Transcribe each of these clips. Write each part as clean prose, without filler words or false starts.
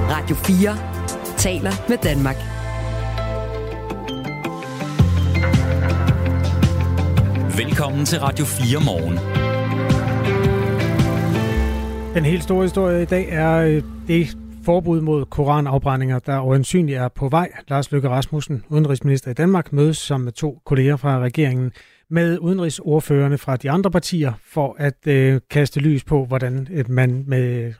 Radio 4 taler med Danmark. Velkommen til Radio 4 morgen. Den helt store historie i dag er det forbud mod koranafbrændinger, der øjensynligt er på vej. Lars Løkke Rasmussen, udenrigsminister i Danmark, mødes sammen med 2 kolleger fra regeringen med udenrigsordførerne fra de andre partier for at kaste lys på, hvordan man med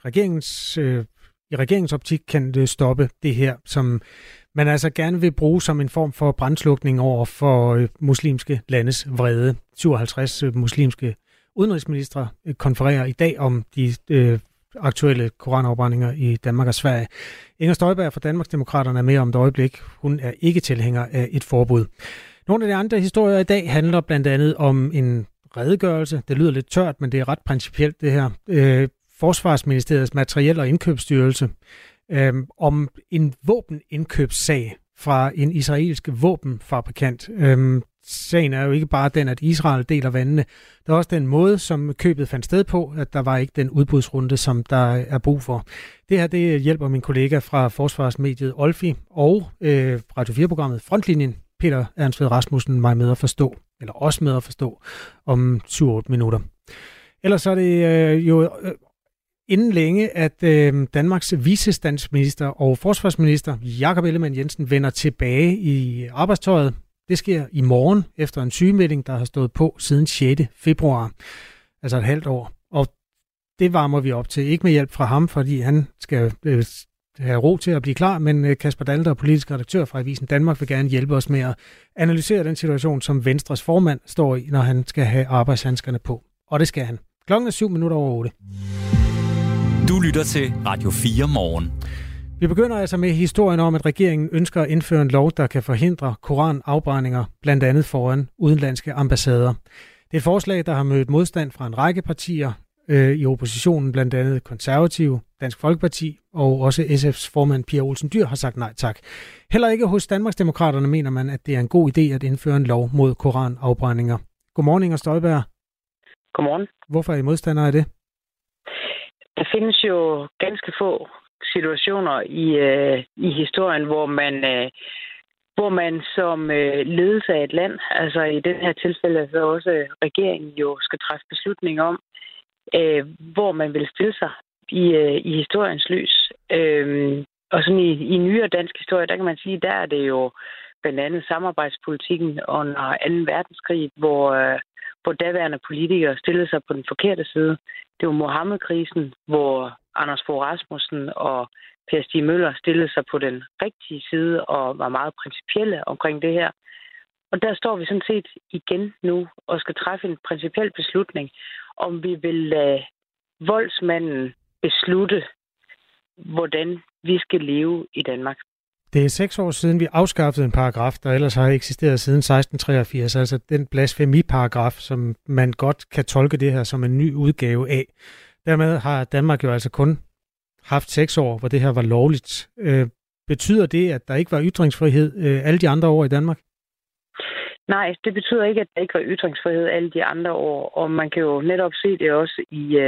i regeringens optik kan stoppe det her, som man altså gerne vil bruge som en form for brandslukning over for muslimske landes vrede. 57 muslimske udenrigsministre konfererer i dag om de aktuelle koranafbrændinger i Danmark og Sverige. Inger Støjberg fra Danmarksdemokraterne er med om et øjeblik. Hun er ikke tilhænger af et forbud. Nogle af de andre historier i dag handler blandt andet om en redegørelse. Det lyder lidt tørt, men det er ret principielt det her. Forsvarsministeriets materiel- og indkøbsstyrelse om en våbenindkøbssag fra en israelsk våbenfabrikant. Sagen er jo ikke bare den, at Israel deler vandene. Der er også den måde, som købet fandt sted på, at der var ikke den udbudsrunde, som der er brug for. Det her, det hjælper min kollega fra forsvarsmediet Olfi og Radio 4-programmet Frontlinjen, Peter Ernst Rasmussen, mig med at forstå, eller også med at forstå, om 7-8 minutter. Ellers er det jo inden længe, at Danmarks vicestandsminister og forsvarsminister Jakob Ellemann-Jensen vender tilbage i arbejdstøjet. Det sker i morgen efter en sygemelding, der har stået på siden 6. februar, altså et halvt år. Og det varmer vi op til. Ikke med hjælp fra ham, fordi han skal have ro til at blive klar, men Kasper Dalter, politisk redaktør fra Avisen Danmark, vil gerne hjælpe os med at analysere den situation, som Venstres formand står i, når han skal have arbejdshandskerne på. Og det skal han. Klokken er 7:07. Du lytter til Radio 4 morgen. Vi begynder altså med historien om, at regeringen ønsker at indføre en lov, der kan forhindre koranafbrændinger, blandt andet foran udenlandske ambassader. Det er et forslag, der har mødt modstand fra en række partier i oppositionen, blandt andet Konservative, Dansk Folkeparti og også SF's formand Pia Olsen Dyhr har sagt nej tak. Heller ikke hos Danmarksdemokraterne mener man, at det er en god idé at indføre en lov mod koranafbrændinger. Godmorgen, Inger Støjberg. Godmorgen. Hvorfor er I modstandere af det? Der findes jo ganske få situationer i historien, hvor man som ledelse af et land, altså i det her tilfælde så også regeringen jo skal træffe beslutning om, hvor man vil stille sig i historiens lys. Og sådan i nyere dansk historie, der kan man sige, der er det jo blandt andet samarbejdspolitikken under 2. verdenskrig, hvor daværende politikere stillede sig på den forkerte side. Det var Mohammed-krisen, hvor Anders Fogh Rasmussen og Per Stig Møller stillede sig på den rigtige side og var meget principielle omkring det her. Og der står vi sådan set igen nu og skal træffe en principiel beslutning, om vi vil lade voldsmanden beslutte, hvordan vi skal leve i Danmark. Det er 6 år siden, vi afskaffede en paragraf, der ellers har eksisteret siden 1683, altså den blasfemiparagraf, som man godt kan tolke det her som en ny udgave af. Dermed har Danmark jo altså kun haft 6 år, hvor det her var lovligt. Betyder det, at der ikke var ytringsfrihed alle de andre år i Danmark? Nej, det betyder ikke, at der ikke var ytringsfrihed alle de andre år, og man kan jo netop se det også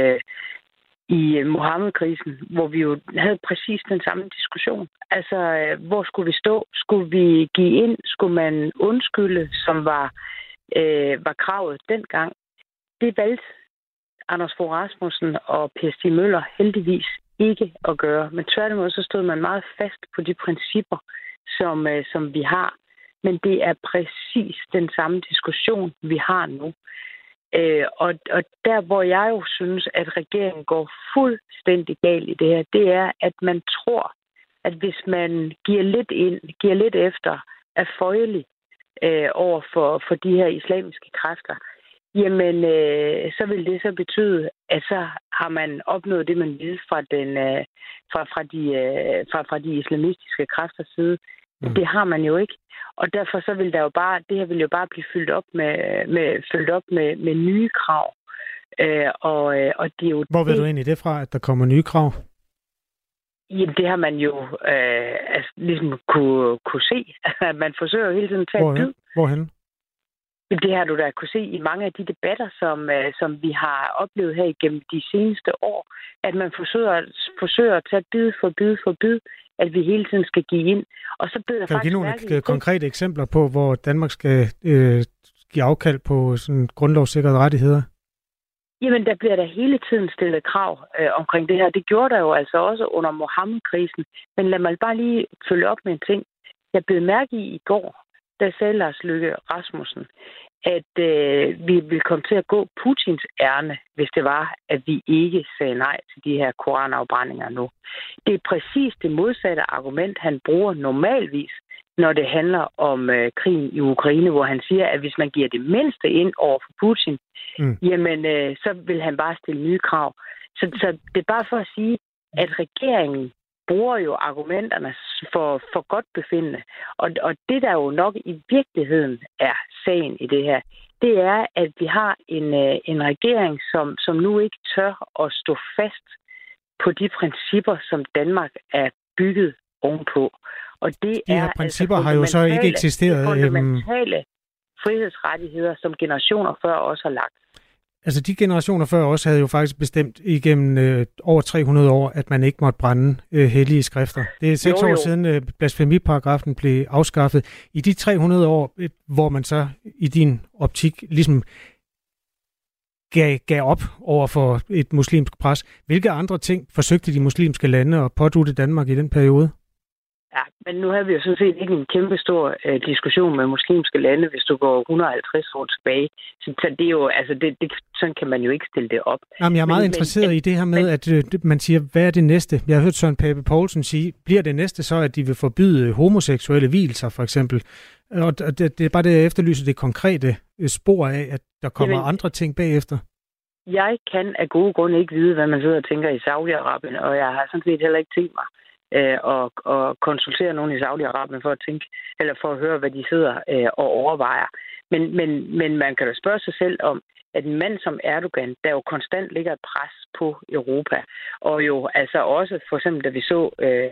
i Mohammed-krisen, hvor vi jo havde præcis den samme diskussion. Altså, hvor skulle vi stå? Skulle vi give ind? Skulle man undskylde, som var kravet dengang? Det valgte Anders Fogh Rasmussen og Per Stig Møller heldigvis ikke at gøre. Men tværtimod så stod man meget fast på de principper, som vi har. Men det er præcis den samme diskussion, vi har nu. Og der, hvor jeg jo synes, at regeringen går fuldstændig galt i det her, det er, at man tror, at hvis man giver lidt efter, er føjelig over for de her islamiske kræfter, jamen, så vil det så betyde, at så har man opnået det, man vil fra de islamistiske kræfters side. Det har man jo ikke. Og derfor så vil det her vil jo bare blive fyldt op med nye krav. Og det er jo hvor vil du ind i det fra, at der kommer nye krav? Jamen, det har man jo ligesom kunne se. Man forsøger jo hele tiden at tage et bid. Hvorhen? Det har du da kunne se i mange af de debatter, som vi har oplevet her igennem de seneste år, at man forsøger forsøger at tage bid for bid, at vi hele tiden skal give ind. Og så beder kan du give nogle konkrete eksempler på, hvor Danmark skal give afkald på sådan grundlovssikrede rettigheder? Jamen, der bliver der hele tiden stillet krav omkring det her. Det gjorde der jo altså også under Mohammed-krisen. Men lad mig bare lige følge op med en ting. Jeg blev mærke i går, da sagde Lars Løkke Rasmussen, at vi ville komme til at gå Putins ærne, hvis det var, at vi ikke sagde nej til de her koranafbrændinger nu. Det er præcis det modsatte argument, han bruger normalvis, når det handler om krigen i Ukraine, hvor han siger, at hvis man giver det mindste ind over for Putin, jamen så vil han bare stille nye krav. Så det er bare for at sige, at regeringen bruger jo argumenterne for godt befindende. Og det, der jo nok i virkeligheden er sagen i det her, det er, at vi har en regering, som nu ikke tør at stå fast på de principper, som Danmark er bygget ovenpå. Og de her principper har jo så ikke eksisteret. Fundamentale frihedsrettigheder, som generationer før også har lagt. Altså de generationer før også havde jo faktisk bestemt igennem over 300 år, at man ikke måtte brænde hellige skrifter. Det er 6 år siden blasfemiparagrafen blev afskaffet. I de 300 år, hvor man så i din optik ligesom gav op over for et muslimsk pres, hvilke andre ting forsøgte de muslimske lande at pådutte Danmark i den periode? Ja, men nu har vi jo sådan set ikke en kæmpe stor diskussion med muslimske lande, hvis du går 150 år tilbage. Så det er jo, altså, sådan kan man jo ikke stille det op. Jamen, jeg er meget interesseret i det her med, at man siger, hvad er det næste? Jeg har hørt Søren Pape Poulsen sige, bliver det næste så, at de vil forbyde homoseksuelle vielser, for eksempel? Og det er bare det, jeg efterlyser det konkrete spor af, at der kommer andre ting bagefter. Jeg kan af gode grunde ikke vide, hvad man sidder og tænker i Saudi-Arabien, og jeg har sådan set heller ikke tænkt mig og konsultere nogen i Saudi-Arabien for at høre, hvad de sidder og overvejer. Men man kan da spørge sig selv om, at en mand som Erdogan, der jo konstant ligger et pres på Europa, og jo altså også, for eksempel da vi så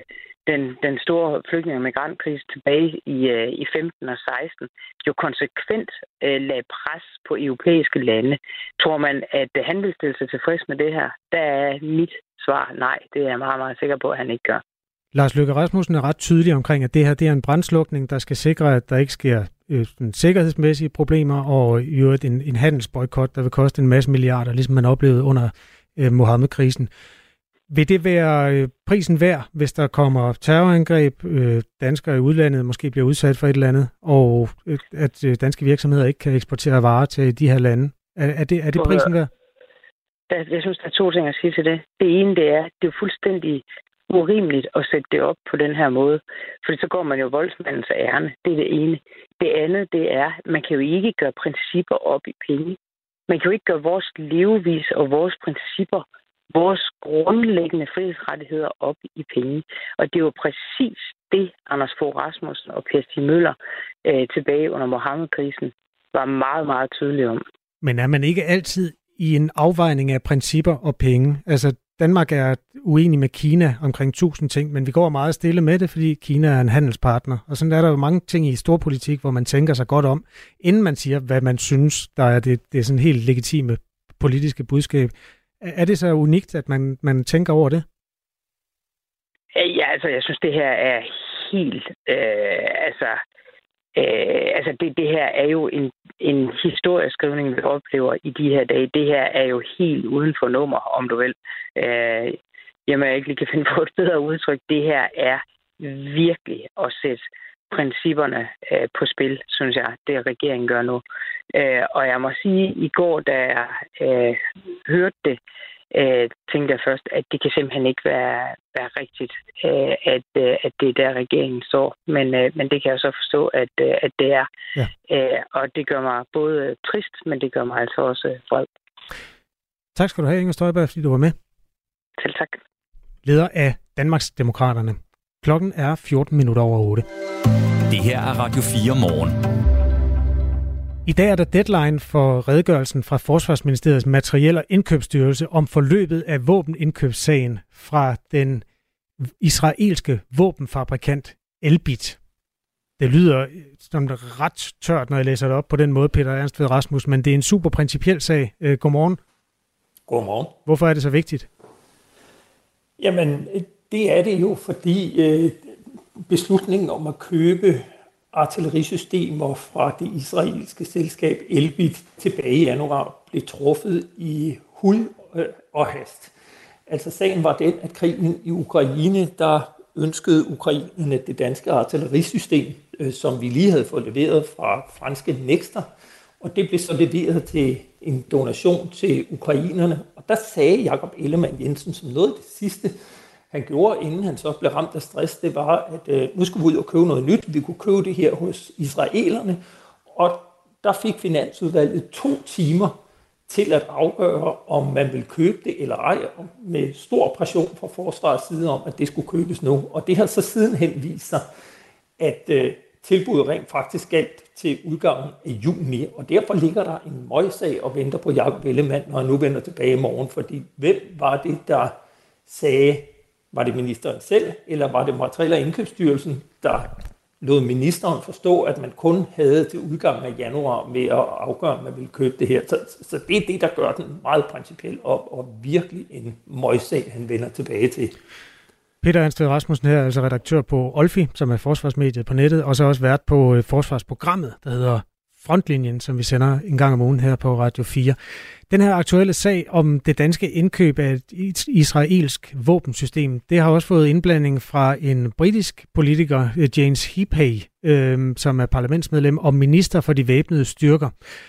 den store flygtninge- og migrantkrise tilbage i 15 og 16, jo konsekvent lagde pres på europæiske lande. Tror man, at han vil stille sig tilfreds med det her? Der er mit svar nej. Det er jeg meget, meget sikker på, at han ikke gør. Lars Løkke Rasmussen er ret tydelig omkring, at det her det er en brandslukning, der skal sikre, at der ikke sker sikkerhedsmæssige problemer, og i øvrigt en handelsboykot, der vil koste en masse milliarder, ligesom man oplevede under Mohammed-krisen. Vil det være prisen værd, hvis der kommer terrorangreb, danskere i udlandet måske bliver udsat for et eller andet, og at danske virksomheder ikke kan eksportere varer til de her lande? Er det prisen værd? Jeg synes, der er 2 ting at sige til det. Det ene, det er fuldstændig urimeligt at sætte det op på den her måde. For så går man jo voldsmandens ærne. Det er det ene. Det andet, det er, at man kan jo ikke gøre principper op i penge. Man kan jo ikke gøre vores levevis og vores principper, vores grundlæggende frihedsrettigheder op i penge. Og det er jo præcis det, Anders Fogh Rasmussen og Per Stig Møller tilbage under Mohammed-krisen var meget, meget tydelige om. Men er man ikke altid i en afvejning af principper og penge? Altså, Danmark er uenig med Kina omkring 1000 ting, men vi går meget stille med det, fordi Kina er en handelspartner. Og sådan er der jo mange ting i storpolitik, hvor man tænker sig godt om, inden man siger, hvad man synes, der er det sådan helt legitime politiske budskab. Er det så unikt, at man tænker over det? Ja, altså, jeg synes, det her er helt... det her er jo en historieskrivning, vi oplever i de her dage. Det her er jo helt uden for nummer, om du vil. Jeg ikke lige kan finde på et bedre udtryk. Det her er virkelig at sætte principperne på spil, synes jeg, det regeringen gør nu. Og jeg må sige, i går, da jeg hørte det, tænkte jeg først, at det kan simpelthen ikke være rigtigt, at det er der, regeringen står. Men det kan jeg så forstå, at det er. Ja. Og det gør mig både trist, men det gør mig altså også vred. Tak skal du have, Inger Støjberg, fordi du var med. Selv tak. Leder af Danmarksdemokraterne. Klokken er 8:14. Det her er Radio 4 morgen. I dag er der deadline for redegørelsen fra Forsvarsministeriets Materiel- og Indkøbsstyrelse om forløbet af våbenindkøbssagen fra den israelske våbenfabrikant Elbit. Det lyder som ret tørt, når jeg læser det op på den måde, Peter Ernstved Rasmussen, men det er en super principiel sag. Godmorgen. Godmorgen. Hvorfor er det så vigtigt? Jamen, det er det jo, fordi beslutningen om at købe artillerisystemer fra det israelske selskab Elbit tilbage i januar blev truffet i hud og hast. Altså sagen var den, at krigen i Ukraine, der ønskede ukrainerne det danske artillerisystem, som vi lige havde fået leveret fra franske Nexter, og det blev så leveret til en donation til ukrainerne. Og der sagde Jakob Ellemann-Jensen som noget af det sidste, han gjorde, inden han så blev ramt af stress, det var, at nu skulle vi ud og købe noget nyt. Vi kunne købe det her hos israelerne, og der fik Finansudvalget 2 timer til at afgøre, om man vil købe det eller ej, med stor pression fra forsvarets side om, at det skulle købes nu. Og det har så sidenhen vist sig, at tilbuddet rent faktisk galt til udgangen af juni, og derfor ligger der en møgssag og venter på Jakob Ellemann, når han nu vender tilbage i morgen, fordi hvem var det, der sagde, var det ministeren selv, eller var det Materiel- og Indkøbsstyrelsen, der lod ministeren forstå, at man kun havde til udgangen af januar med at afgøre, om man ville købe det her. Så det er det, der gør den meget principielt op, og virkelig en møgssag, han vender tilbage til. Peter Ansted Rasmussen her, altså redaktør på Olfi, som er forsvarsmediet på nettet, og så også vært på forsvarsprogrammet, der hedder Frontlinjen, som vi sender en gang om ugen her på Radio 4. Den her aktuelle sag om det danske indkøb af et israelsk våbensystem, det har også fået indblanding fra en britisk politiker, James Heapay, som er parlamentsmedlem og minister for de væbnede styrker,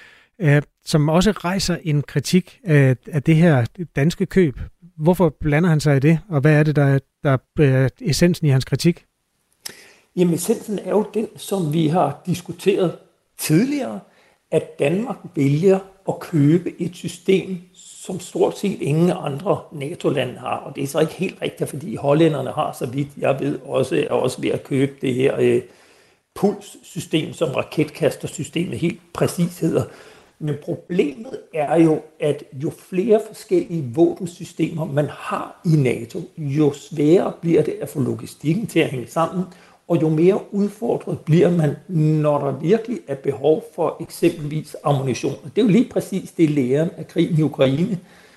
som også rejser en kritik af det her danske køb. Hvorfor blander han sig i det, og hvad er det, der er essensen i hans kritik? Jamen, essensen er jo den, som vi har diskuteret tidligere, at Danmark vælger at købe et system, som stort set ingen andre NATO-lande har. Og det er så ikke helt rigtigt, fordi hollænderne har, så vidt jeg ved, også ved at købe det her PULS-system, som raketkastersystemet helt præcis hedder. Men problemet er jo, at jo flere forskellige våbensystemer man har i NATO, jo sværere bliver det at få logistikken til at hænge sammen, og jo mere udfordret bliver man, når der virkelig er behov for eksempelvis ammunition. Og det er jo lige præcis det, læren af krigen i Ukraine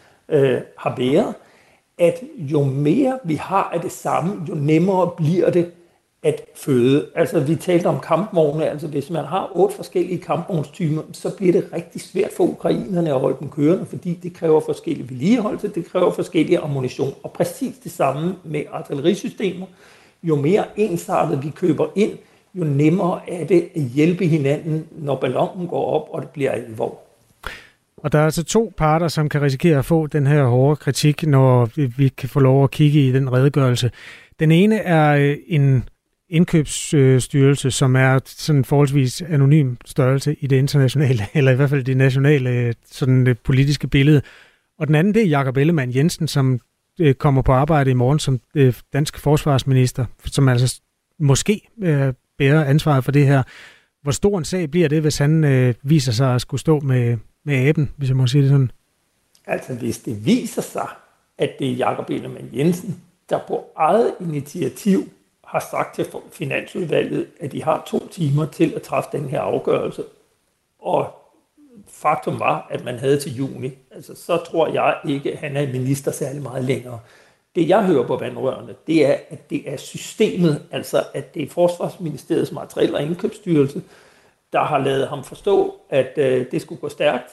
har været, at jo mere vi har af det samme, jo nemmere bliver det at føde. Altså vi talte om kampvogne, altså hvis man har 8 forskellige kampvognstyper, så bliver det rigtig svært for ukrainerne at holde dem kørende, fordi det kræver forskellige vedligeholdelse, det kræver forskellige ammunition. Og præcis det samme med artillerisystemer. Jo mere ensartet vi køber ind, jo nemmere er det at hjælpe hinanden, når ballonen går op, og det bliver alvor. Og der er altså 2 parter, som kan risikere at få den her hårde kritik, når vi kan få lov at kigge i den redegørelse. Den ene er en indkøbsstyrelse, som er sådan en forholdsvis anonym størrelse i det internationale, eller i hvert fald det nationale sådan det politiske billede. Og den anden, det er Jakob Ellemann-Jensen, som kommer på arbejde i morgen som dansk forsvarsminister, som altså måske bærer ansvaret for det her. Hvor stor en sag bliver det, hvis han viser sig at skulle stå med aben, hvis jeg må sige det sådan? Altså hvis det viser sig, at det er Jakob Ellemann-Jensen, der på eget initiativ har sagt til Finansudvalget, at de har 2 timer til at træffe den her afgørelse, og faktum var, at man havde til juni, altså så tror jeg ikke, at han er minister særlig meget længere. Det jeg hører på vandrørene, det er, at det er systemet, altså at det er Forsvarsministeriets Materiel- og Indkøbsstyrelse, der har lavet ham forstå, at det skulle gå stærkt,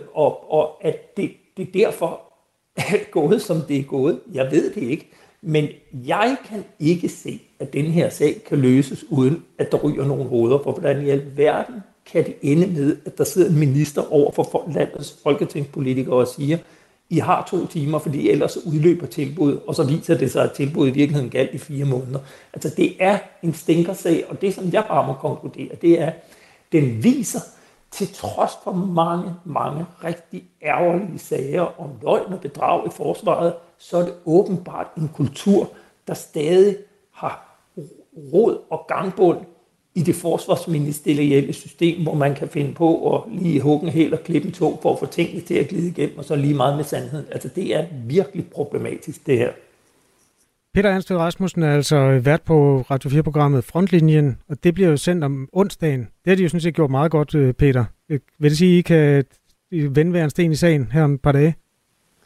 og at det derfor er gået, som det er gået. Jeg ved det ikke, men jeg kan ikke se, at den her sag kan løses, uden at der ryger nogle hoveder. For hvordan i alverden kan det ende med, at der sidder en minister over for landets folketingspolitikere og siger, I har 2 timer, fordi ellers udløber tilbud, og så viser det sig, at tilbuddet i virkeligheden galt i 4 måneder. Altså det er en stinkersag, og det som jeg bare må konkludere, det er, den viser, til trods for mange rigtig ærgerlige sager om løgn og bedrag i forsvaret, så er det åbenbart en kultur, der stadig har rod og gangbund i det forsvarsministerielle system, hvor man kan finde på at lige hugge en hæl og klippe en tog for at få tingene til at glide igennem, og så lige meget med sandheden. Altså det er virkelig problematisk, det her. Peter Ansted Rasmussen er altså vært på Radio 4-programmet Frontlinjen, og det bliver jo sendt om onsdagen. Det har de jo sådan set gjort meget godt, Peter. Vil det sige, at I kan vende hver en sten i sagen her om et par dage?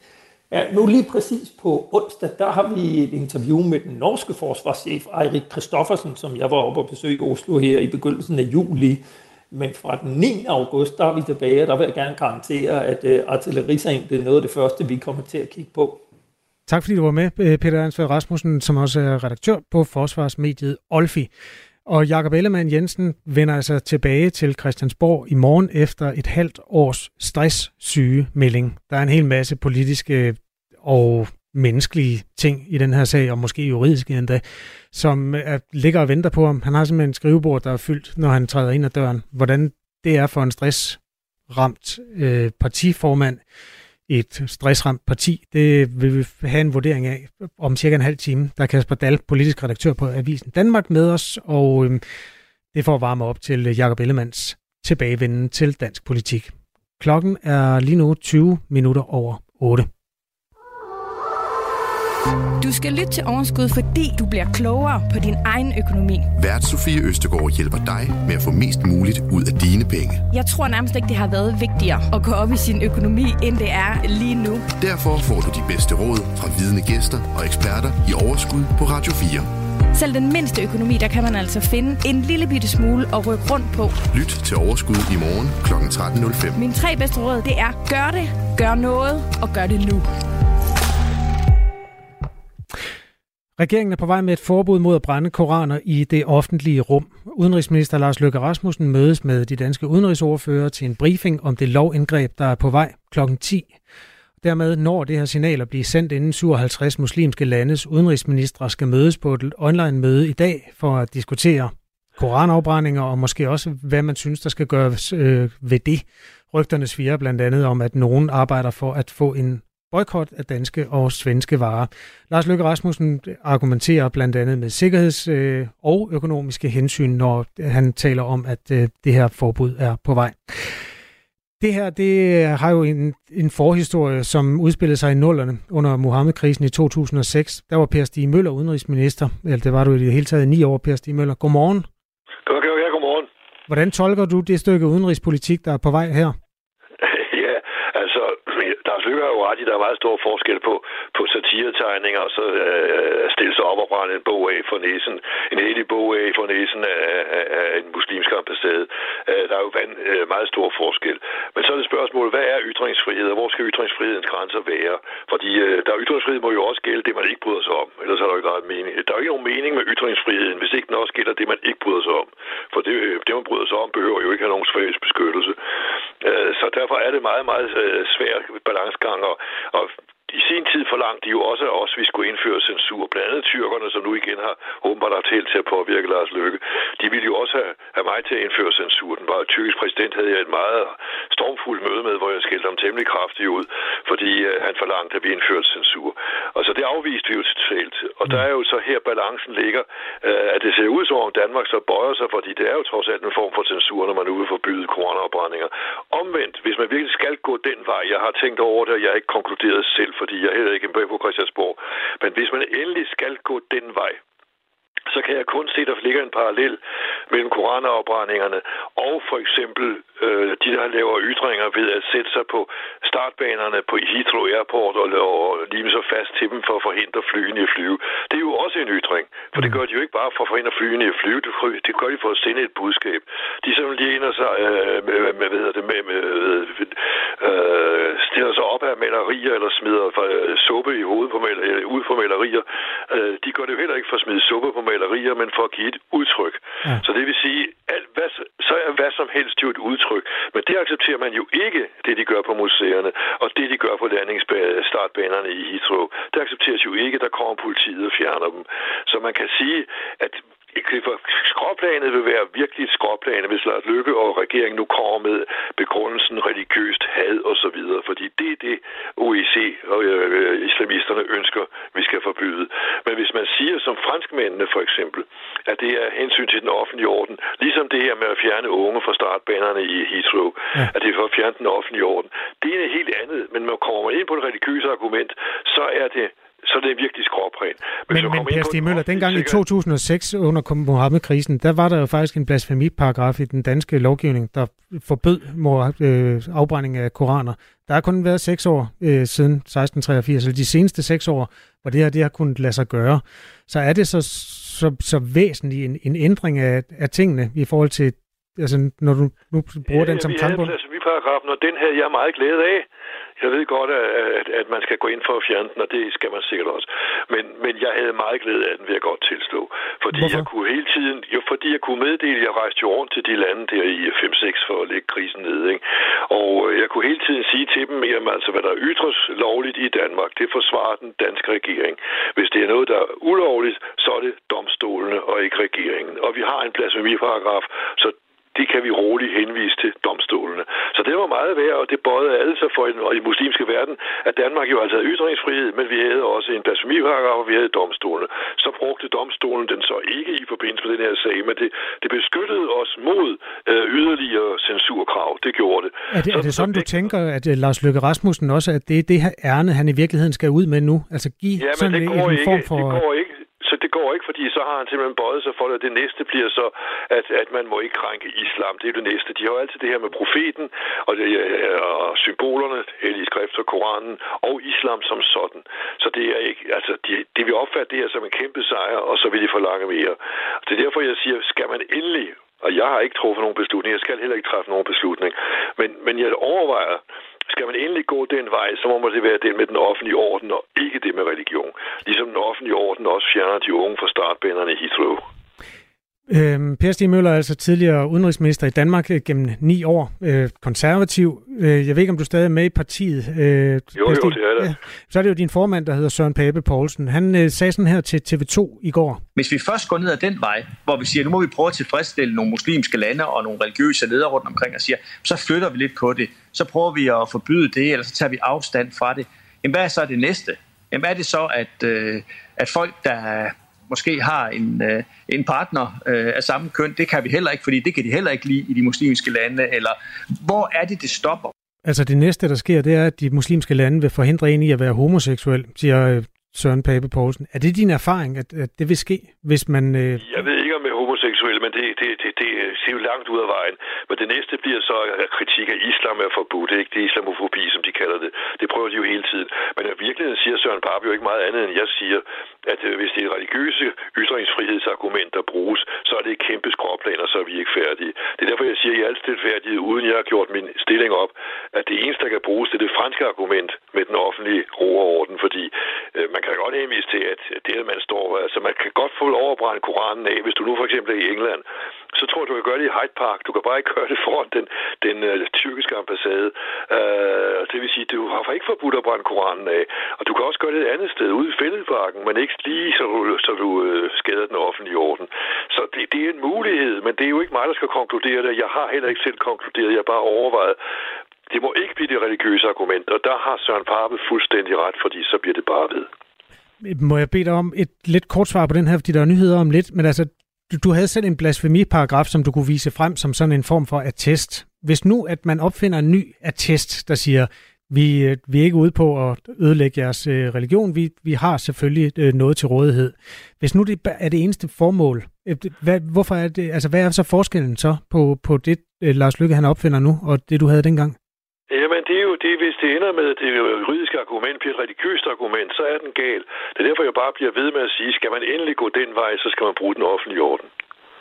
Ja, nu lige præcis på onsdag, der har vi et interview med den norske forsvarschef Eirik Kristoffersen, som jeg var oppe og besøge i Oslo her i begyndelsen af juli. Men fra den 9. august, der er vi tilbage, og der vil jeg gerne garantere, at artillerisagen er noget af det første, vi kommer til at kigge på. Tak fordi du var med, Peter Ansved Rasmussen, som også er redaktør på forsvarsmediet Olfi. Og Jakob Ellemann-Jensen vender altså tilbage til Christiansborg i morgen efter et halvt års stresssygemelding. Der er en hel masse politiske og menneskelige ting i den her sag, og måske juridiske endda, som ligger og venter på ham. Han har simpelthen en skrivebord, der er fyldt, når han træder ind ad døren. Hvordan det er for en stressramt partiformand, et stressramt parti, det vil vi have en vurdering af om cirka en halv time. Der er Kasper Dahl, politisk redaktør på Avisen Danmark, med os, og det får varme op til Jakob Ellemanns tilbagevenden til dansk politik. Klokken er lige nu 20 minutter over 8. Du skal lytte til Overskud, fordi du bliver klogere på din egen økonomi. Vært Sofie Østergaard hjælper dig med at få mest muligt ud af dine penge. Jeg tror nærmest ikke, det har været vigtigere at gå op i sin økonomi, end det er lige nu. Derfor får du de bedste råd fra vidne gæster og eksperter i Overskud på Radio 4. Selv den mindste økonomi, der kan man altså finde en lille bitte smule at rykke rundt på. Lyt til Overskud i morgen kl. 13.05. Mine 3 bedste råd, det er: gør det, gør noget og gør det nu. Regeringen er på vej med et forbud mod at brænde koraner i det offentlige rum. Udenrigsminister Lars Løkke Rasmussen mødes med de danske udenrigsordførere til en briefing om det lovindgreb, der er på vej kl. 10. Dermed når det her signal at blive sendt, inden 57 muslimske landes udenrigsministre skal mødes på et online-møde i dag for at diskutere koranafbrændinger og måske også, hvad man synes, der skal gøres ved det. Rygterne svirrer blandt andet om, at nogen arbejder for at få en boykot af danske og svenske varer. Lars Løkke Rasmussen argumenterer blandt andet med sikkerheds- og økonomiske hensyn, når han taler om, at det her forbud er på vej. Det her, det har jo en forhistorie, som udspillede sig i 00'erne under Mohammed-krisen i 2006. Der var Per Stig Møller udenrigsminister. Eller det var du i det hele taget 9 år, Per Stig Møller. Godmorgen. Godmorgen. Hvordan tolker du det stykke udenrigspolitik, der er på vej her? Lars Løkke har jo ret i, der er meget stor forskel på satiretegninger, og så stille sig op og brænde en bog af for næsen, en helig bog af for næsen af en muslimsk ambassade. Der er jo meget stor forskel. Men så er det spørgsmålet, hvad er ytringsfrihed, og hvor skal ytringsfrihedens grænser være? Fordi ytringsfrihed må jo også gælde det, man ikke bryder sig om. Ellers er der jo ikke ret mening. Der er jo ikke nogen mening med ytringsfriheden, hvis ikke den også gælder det, man ikke bryder sig om. For det man bryder sig om, behøver jo ikke have nogen beskyttelse. Så derfor er det meget, meget svært balancegang, og i sin tid forlangte de jo også, at vi skulle indføre censur. Blandt andet tyrkerne, som nu igen har åbenbart haft held til at påvirke Lars Løkke. De ville jo også have mig til at indføre censur. Den var tyrkisk præsident, havde jeg et meget stormfuldt møde med, hvor jeg skældte ham temmelig kraftigt ud, fordi han forlangte, at vi indførte censur. Og så det afviste vi jo totalt. Og der er jo så her balancen ligger, at det ser ud som om Danmark så bøjer sig, fordi det er jo trods alt en form for censur, når man nu vil forbyde koranafbrændinger. Omvendt, hvis man virkelig skal gå den vej, jeg har tænkt over det, og jeg har ikke konkluderet selv, fordi jeg heller ikke er på Christiansborg. Men hvis man endelig skal gå den vej, så kan jeg kun se, at der ligger en parallel mellem koranafbrændingerne og for eksempel de, der laver ytringer ved at sætte sig på startbanerne på Heathrow Airport og lime sig fast til dem for at forhindre flyene i at flyve. Det er jo også en ytring, for det gør de jo ikke bare for at forhindre flyene i at flyve, det gør de for at sende et budskab. De som ligner sig stiller sig op af malerier eller smider suppe i hovedet på ud på malerier. De gør det jo heller ikke for at smide suppe på malerier, men for at give et udtryk. Ja. Så det vil sige, så er hvad som helst jo et udtryk. Men det accepterer man jo ikke, det de gør på museerne, og det de gør på startbanerne i Heathrow. Det accepteres jo ikke, der kommer politiet og fjerner dem. Så man kan sige, at skråplanet vil være virkelig et skråplane, hvis Lars Løkke og regeringen nu kommer med begrundelsen religiøst had og så videre, fordi det er det OIC og islamisterne ønsker, vi skal forbyde. Men hvis man siger som franskmændene for eksempel, at det er hensyn til den offentlige orden, ligesom det her med at fjerne unge fra startbanerne i Heathrow, at det er for at fjerne den offentlige orden, det er helt andet, men når man kommer ind på et religiøst argument, så er det så er det virkelig skråpræn. Men Per Stig Møller, dengang i 2006 under Mohammed-krisen, der var der jo faktisk en blasfemiparagraf i den danske lovgivning, der forbød afbrænding af koraner. Der har kun været 6 år siden 1683, eller de seneste 6 år, hvor det har kunnet lade sig gøre. Så er det så væsentlig en ændring af tingene i forhold til, altså når du nu bruger den som kampbund? Blasfemiparagrafen, og den her jeg er meget glad af. Jeg ved godt, at man skal gå ind for at fjerne den, og det skal man sikkert også. Men jeg havde meget glæde af den, vil jeg godt tilstå. Fordi hvorfor? Jeg kunne hele tiden, fordi jeg kunne meddele, jeg rejste jo rundt til de lande der i 5-6 for at lægge krisen ned, ikke? Og jeg kunne hele tiden sige til dem, jamen altså, hvad der ytres lovligt i Danmark, det forsvarer den danske regering. Hvis det er noget, der er ulovligt, så er det domstolene og ikke regeringen. Og vi har en blasfemiparagraf, så det kan vi roligt henvise til domstolene. Så det var meget værd, og det bøjede alle sig for i muslimske verden, at Danmark jo altså havde ytringsfrihed, men vi havde også en blasfemiparagraf, og vi havde domstolene. Så brugte domstolen den så ikke i forbindelse med den her sag, men det beskyttede os mod yderligere censurkrav. Det gjorde det. Er det sådan, du tænker, at Lars Løkke Rasmussen også, at det er det her ærne, han i virkeligheden skal ud med nu? Altså give sådan en form for... Det går ikke. Så det går ikke, fordi så har han simpelthen bøjet sig for det. Det næste bliver så, at man må ikke krænke islam. Det er det næste. De har jo altid det her med profeten og symbolerne, hellige skrifter, Koranen og islam som sådan. Så det er ikke, altså de vil opfatte det her som en kæmpe sejr, og så vil de forlange mere. Det er derfor, jeg siger, skal man endelig, og jeg har ikke truffet nogen beslutning, jeg skal heller ikke træffe nogen beslutning, men jeg overvejer, skal man endelig gå den vej, så må det være den med den offentlige orden, og ikke det med religion. Ligesom den offentlige orden også fjerner de unge fra startbanerne i Heathrow. Per Stig Møller er altså tidligere udenrigsminister i Danmark gennem 9 år, konservativ. Jeg ved ikke, om du stadig er med i partiet. Jo, det er det. Ja. Så er det jo din formand, der hedder Søren Pape Poulsen. Han sagde sådan her til TV2 i går. Hvis vi først går ned ad den vej, hvor vi siger, nu må vi prøve at tilfredsstille nogle muslimske lande og nogle religiøse ledere rundt omkring og siger, så flytter vi lidt på det. Så prøver vi at forbyde det, eller så tager vi afstand fra det. Jamen, hvad er så det næste? Jamen, er det så, at folk, der måske har en partner af samme køn, det kan vi heller ikke, fordi det kan de heller ikke lide i de muslimske lande, eller hvor er det stopper? Altså det næste, der sker, det er, at de muslimske lande vil forhindre en i at være homoseksuel, siger Søren Pape Poulsen. Er det din erfaring, at det vil ske, hvis man... Jeg ved ikke om med homoseksuelle, men det ser jo langt ud af vejen. Men det næste bliver så, at kritik af islam er forbudt, ikke? Det er islamofobi, som de kalder det. Det prøver de jo hele tiden. Men i virkeligheden siger Søren Pape jo ikke meget andet, end jeg siger, at hvis det er religiøse ytringsfrihedsargument, der bruges, så er det et kæmpe skråplan, og så er vi ikke færdige. Det er derfor, jeg siger i al stilfærdighed, uden jeg har gjort min stilling op, at det eneste, der kan bruges, det er det franske argument med den offentlige ro og orden, fordi man kan godt henvise til, at det, man står... Altså, man kan godt få lov at brænde Koranen af. Hvis du nu for eksempel er i England, så tror jeg, du kan gøre det i Hyde Park. Du kan bare ikke gøre det foran den tyrkiske ambassade. Det vil sige, du har ikke forbudt at brænde Koranen af. Og du kan også gøre det et andet sted, ude i Fælledparken, men ikke lige så du skader den offentlige orden. Så det er en mulighed, men det er jo ikke mig, der skal konkludere det. Jeg har heller ikke selv konkluderet. Jeg har bare overvejet. Det må ikke blive det religiøse argument, og der har Søren Pape fuldstændig ret, fordi så bliver det bare ved. Må jeg bede dig om et lidt kort svar på den her, fordi der er nyheder om lidt, men altså, du havde selv en blasfemiparagraf, som du kunne vise frem som sådan en form for attest. Hvis nu, at man opfinder en ny attest, der siger, vi er ikke ude på at ødelægge jeres religion, vi har selvfølgelig noget til rådighed. Hvis nu det er det eneste formål, hvorfor er det, altså hvad er så forskellen så på det, Lars Løkke han opfinder nu, og det du havde dengang? Jamen, det er jo det, hvis det ender med det juridiske argument, bliver et religiøst argument, så er den gal. Det er derfor, jeg bare bliver ved med at sige, skal man endelig gå den vej, så skal man bruge den offentlige orden.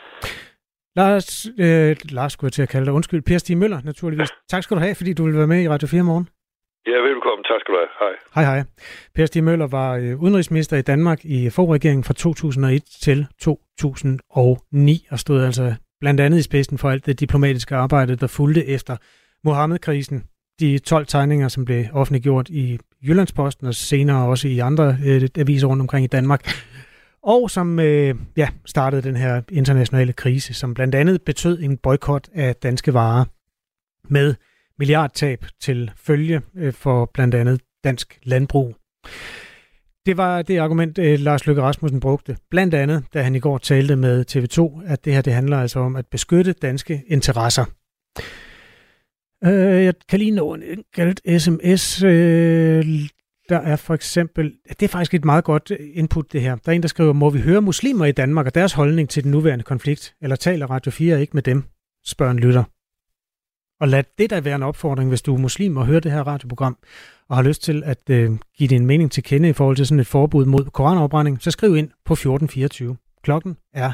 Lars skulle jeg til at kalde dig. Undskyld, Per Stig Møller, naturligvis. Tak skal du have, fordi du ville være med i Radio 4 morgen. Ja, velkommen. Tak skal du have. Hej. Hej. Per Stig Møller var udenrigsminister i Danmark i Fogh-regeringen fra 2001 til 2009, og stod altså blandt andet i spidsen for alt det diplomatiske arbejde, der fulgte efter Mohammed-krisen. De 12 tegninger, som blev offentliggjort i Jyllandsposten og senere også i andre aviser rundt omkring i Danmark. Og som startede den her internationale krise, som blandt andet betød en boykot af danske varer med milliardtab til følge for blandt andet dansk landbrug. Det var det argument, Lars Løkke Rasmussen brugte, blandt andet, da han i går talte med TV2, at det her det handler altså om at beskytte danske interesser. Jeg kan lige nå en enkelt sms. Der er for eksempel, det er faktisk et meget godt input det her. Der er en, der skriver, må vi høre muslimer i Danmark og deres holdning til den nuværende konflikt? Eller taler Radio 4 ikke med dem? Spørger en lytter. Og lad det da være en opfordring, hvis du er muslim og hører det her radioprogram, og har lyst til at give din mening til kende i forhold til sådan et forbud mod koranafbrænding, så skriv ind på 1424. Klokken er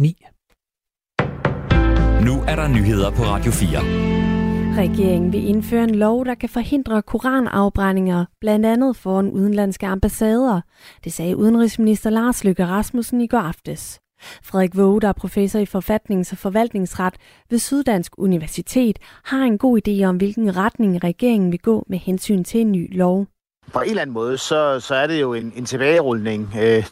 8:30. Nu er der nyheder på Radio 4. Regeringen vil indføre en lov, der kan forhindre koranafbrændinger, blandt andet foran udenlandske ambassader. Det sagde udenrigsminister Lars Løkke Rasmussen i går aftes. Frederik Waage, der er professor i forfatnings- og forvaltningsret ved Syddansk Universitet, har en god idé om, hvilken retning regeringen vil gå med hensyn til en ny lov. På en eller anden måde, så er det jo en tilbagerulning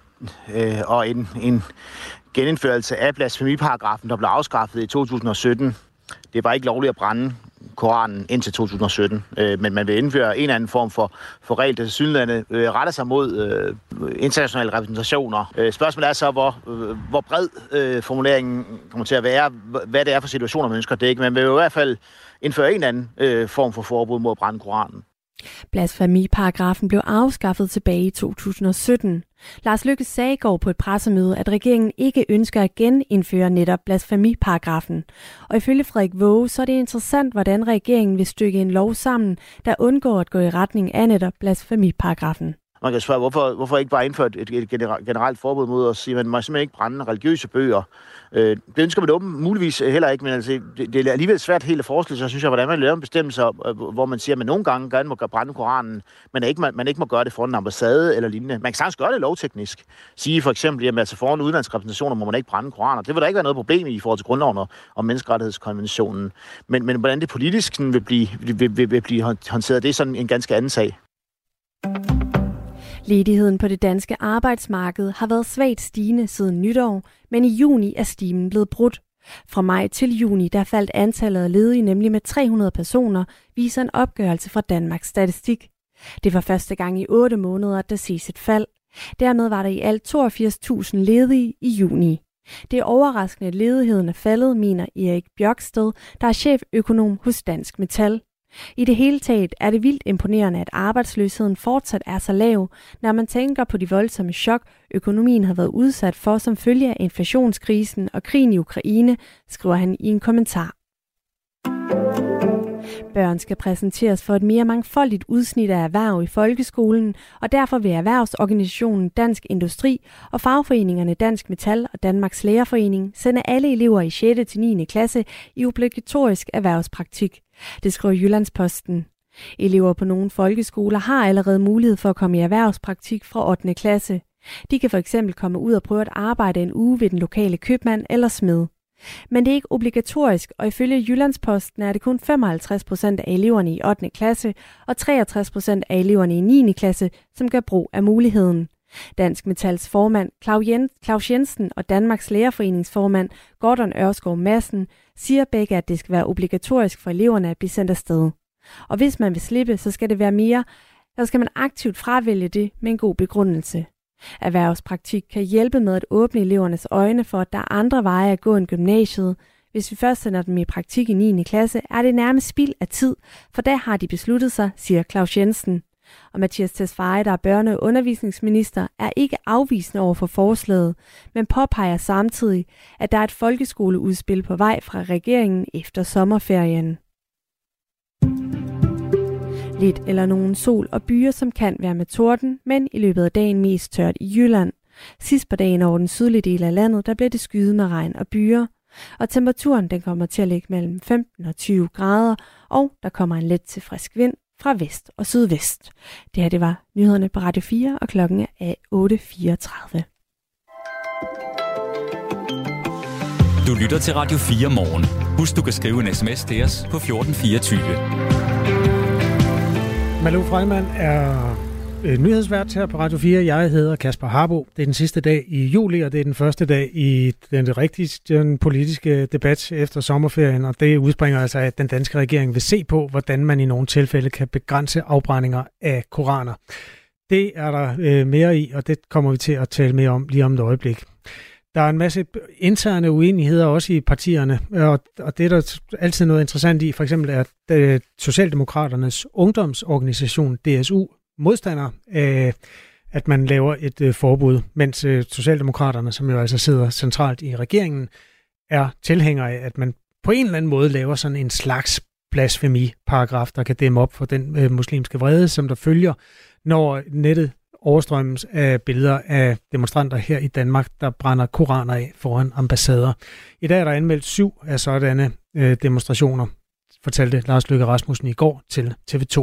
og en genindførelse af blasfemiparagrafen, der blev afskaffet i 2017. Det var ikke lovligt at brænde Koranen indtil 2017, men man vil indføre en eller anden form for regel, der tilsyneladende retter sig mod internationale repræsentationer. Spørgsmålet er så, hvor bred formuleringen kommer til at være, hvad det er for situationer, man ønsker at dække. Man vil jo i hvert fald indføre en eller anden form for forbud mod at brænde Koranen. Blasfemiparagrafen blev afskaffet tilbage i 2017. Lars Løkke sagde i går på et pressemøde, at regeringen ikke ønsker at genindføre netop blasfemiparagrafen. Og ifølge Frederik Waage, så er det interessant, hvordan regeringen vil stykke en lov sammen, der undgår at gå i retning af netop blasfemiparagrafen. Man kan spørge, hvorfor ikke bare indføre et generelt forbud mod at sige, at man må simpelthen ikke brænde religiøse bøger. Det ønsker man åbent muligvis heller ikke, men altså, det er alligevel svært helt at forestille sig, synes jeg, hvordan man laver en bestemmelse, hvor man siger, at man nogle gange gerne må brænde Koranen, men man ikke må gøre det foran en ambassade eller lignende. Man kan sagtens gøre det lovteknisk. Sige for eksempel, at altså foran udenlandske repræsentationer må man ikke brænde Koraner. Det vil der ikke være noget problem i forhold til grundloven og menneskerettighedskonventionen. Men hvordan det politisk sådan vil blive håndteret, det er sådan en ganske anden sag. Ledigheden på det danske arbejdsmarked har været svagt stigende siden nytår, men i juni er stimen blevet brudt. Fra maj til juni der faldt antallet af ledige nemlig med 300 personer, viser en opgørelse fra Danmarks Statistik. Det var første gang i 8 måneder, at der ses et fald. Dermed var der i alt 82.000 ledige i juni. Det er overraskende, at ledigheden er faldet, mener Erik Bjørksted, der er cheføkonom hos Dansk Metal. I det hele taget er det vildt imponerende, at arbejdsløsheden fortsat er så lav, når man tænker på de voldsomme chok, økonomien har været udsat for som følge af inflationskrisen og krigen i Ukraine, skriver han i en kommentar. Børn skal præsenteres for et mere mangfoldigt udsnit af erhverv i folkeskolen, og derfor vil erhvervsorganisationen Dansk Industri og fagforeningerne Dansk Metal og Danmarks Lærerforening sende alle elever i 6. til 9. klasse i obligatorisk erhvervspraktik. Det skriver Jyllandsposten. Elever på nogle folkeskoler har allerede mulighed for at komme i erhvervspraktik fra 8. klasse. De kan for eksempel komme ud og prøve at arbejde en uge ved den lokale købmand eller smed. Men det er ikke obligatorisk, og ifølge Jyllandsposten er det kun 55% af eleverne i 8. klasse og 63% af eleverne i 9. klasse, som gør brug af muligheden. Dansk Metals formand Claus Jensen og Danmarks Lærerforeningsformand Gordon Ørskov Madsen siger begge, at det skal være obligatorisk for eleverne at blive sendt afsted. Og hvis man vil slippe, så skal det være mere, så skal man aktivt fravælge det med en god begrundelse. Erhvervspraktik kan hjælpe med at åbne elevernes øjne for, at der er andre veje at gå end gymnasiet. Hvis vi først sender dem i praktik i 9. klasse, er det nærmest spild af tid, for der har de besluttet sig, siger Claus Jensen. Og Mathias Tesfaye, der er børne- og undervisningsminister, er ikke afvisende over for forslaget, men påpeger samtidig, at der er et folkeskoleudspil på vej fra regeringen efter sommerferien. Lidt eller nogen sol og byer, som kan være med torden, men i løbet af dagen mest tørt i Jylland. Sidst på dagen over den sydlige del af landet, der bliver det skyet med regn og byer. Og temperaturen den kommer til at ligge mellem 15 og 20 grader, og der kommer en let til frisk vind fra vest og sydvest. Det her det var nyhederne på Radio 4, og klokken er 8:34. Du lytter til Radio 4 morgen. Husk, du kan skrive en sms til os på 1424. Malou Freyman er nyhedsvært her på Radio 4. Jeg hedder Kasper Harbo. Det er den sidste dag i juli, og det er den første dag i den politiske debat efter sommerferien, og det udspringer altså, at den danske regering vil se på, hvordan man i nogle tilfælde kan begrænse afbrændinger af koraner. Det er der mere i, og det kommer vi til at tale mere om lige om et øjeblik. Der er en masse interne uenigheder også i partierne, og det er der altid noget interessant i. For eksempel er Socialdemokraternes ungdomsorganisation DSU modstandere af, at man laver et forbud, mens Socialdemokraterne, som jo altså sidder centralt i regeringen, er tilhængere af, at man på en eller anden måde laver sådan en slags blasfemiparagraf, der kan dæmme op for den muslimske vrede, som der følger, når nettet overstrømmes af billeder af demonstranter her i Danmark, der brænder koraner af foran ambassader. I dag er der anmeldt 7 af sådanne demonstrationer, fortalte Lars Løkke Rasmussen i går til TV2.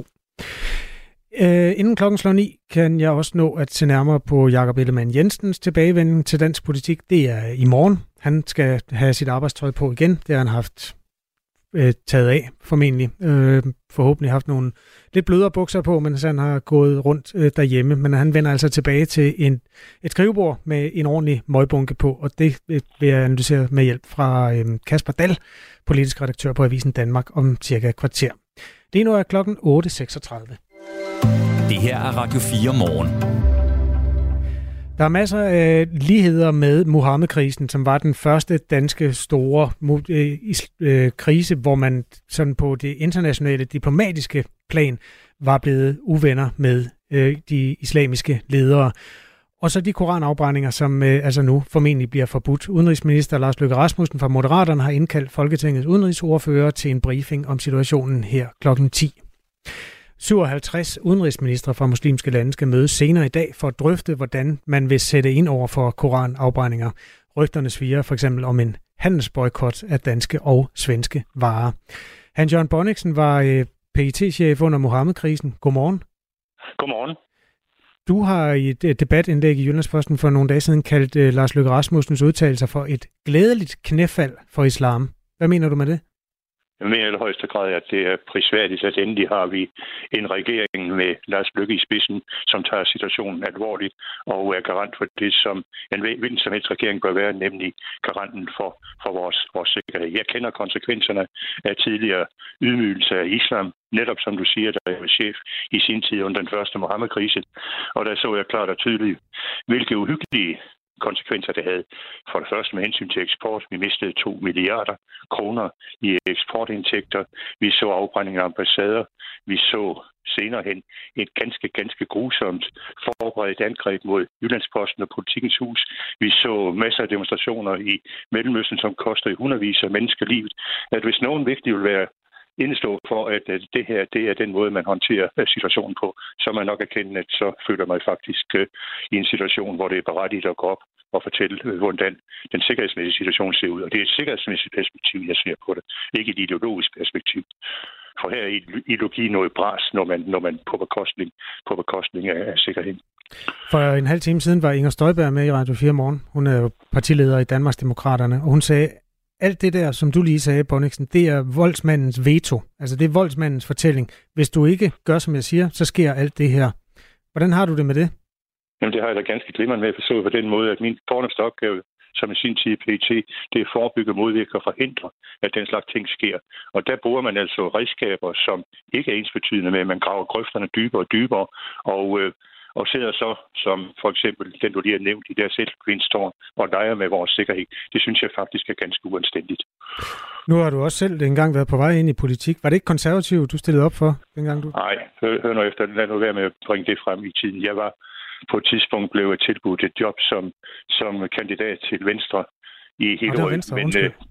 Inden klokken slår 9 kan jeg også nå at se nærmere på Jakob Ellemann-Jensens tilbagevending til dansk politik. Det er i morgen. Han skal have sit arbejdstøj på igen. Det har han haft taget af, formentlig. Forhåbentlig haft nogle lidt blødere bukser på, mens han har gået rundt derhjemme. Men han vender altså tilbage til et skrivebord med en ordentlig møgbunke på, og det vil jeg analysere med hjælp fra Kasper Dahl, politisk redaktør på Avisen Danmark, om cirka et kvarter. Lige nu er klokken 8.36. Det her er Radio 4 morgen. Der er masser af ligheder med Muhammed-krisen, som var den første danske store krise, hvor man sådan på det internationale diplomatiske plan var blevet uvenner med de islamiske ledere. Og så de koranafbrændinger, som altså nu formentlig bliver forbudt. Udenrigsminister Lars Løkke Rasmussen fra Moderaterne har indkaldt Folketingets udenrigsordfører til en briefing om situationen her klokken 10. 57 udenrigsministre fra muslimske lande skal mødes senere i dag for at drøfte, hvordan man vil sætte ind over for koranafbrændinger. Rygterne sviger for eksempel om en handelsboykot af danske og svenske varer. Hans Jørgen Bonniksen var PET-chef under Muhammed-krisen. Godmorgen. Godmorgen. Du har i et debatindlæg i Jyllandsposten for nogle dage siden kaldt Lars Løkke Rasmussens udtalelser for et glædeligt knæfald for islam. Hvad mener du med det? Jeg mener i allerhøjeste grad, at det er prisværdigt, at endelig har vi en regering med Lars Løkke i spidsen, som tager situationen alvorligt og er garant for det, som en hvilken som helst regering bør være, nemlig garanten for vores sikkerhed. Jeg kender konsekvenserne af tidligere ydmygelse af islam, netop som du siger, der jeg var chef i sin tid under den første Muhammed-krise, og der så jeg klart og tydeligt, hvilke uhyggelige konsekvenser det havde. For det første med hensyn til eksport. Vi mistede 2 milliarder kroner i eksportindtægter. Vi så afbrænding af ambassader. Vi så senere hen et ganske grusomt forberedt angreb mod Jyllandsposten og Politikens Hus. Vi så masser af demonstrationer i Mellemøsten, som koster i hundredvis af mennesker livet. At hvis nogen vigtigt vil være indstå for, at det her det er den måde, man håndterer situationen på, så man nok erkende, at så føler man faktisk i en situation, hvor det er berettigt at gå op og fortælle, hvordan den sikkerhedsmæssige situation ser ud. Og det er et sikkerhedsmæssigt perspektiv, jeg ser på det. Ikke et ideologisk perspektiv. For her er ideologi noget bras, når man på bekostning af sikkerheden. For en halv time siden var Inger Støjberg med i Radio 4 morgen. Hun er jo partileder i Danmarksdemokraterne, og hun sagde, alt det der, som du lige sagde, Bonniksen, det er voldsmandens veto. Altså det er voldsmandens fortælling. Hvis du ikke gør, som jeg siger, så sker alt det her. Hvordan har du det med det? Jamen det har jeg da ganske glimrende med at forstå på den måde, at min fornemste opgave, som i sin tid PET, det er at forebygge, modvirke og forhindre, at den slags ting sker. Og der bruger man altså redskaber, som ikke er ensbetydende med, at man graver grøfterne dybere og dybere, og sidder så, som for eksempel den, du lige har nævnt, i der selvkvindstårn, og leger med vores sikkerhed. Det synes jeg faktisk er ganske uanstændigt. Nu har du også selv engang været på vej ind i politik. Var det ikke konservativt, du stillede op for dengang du? Nej, hør nu efter. Lad nu være med at bringe det frem i tiden. Jeg var på et tidspunkt blev jeg tilbudt et job som kandidat til Venstre i Hillerød, men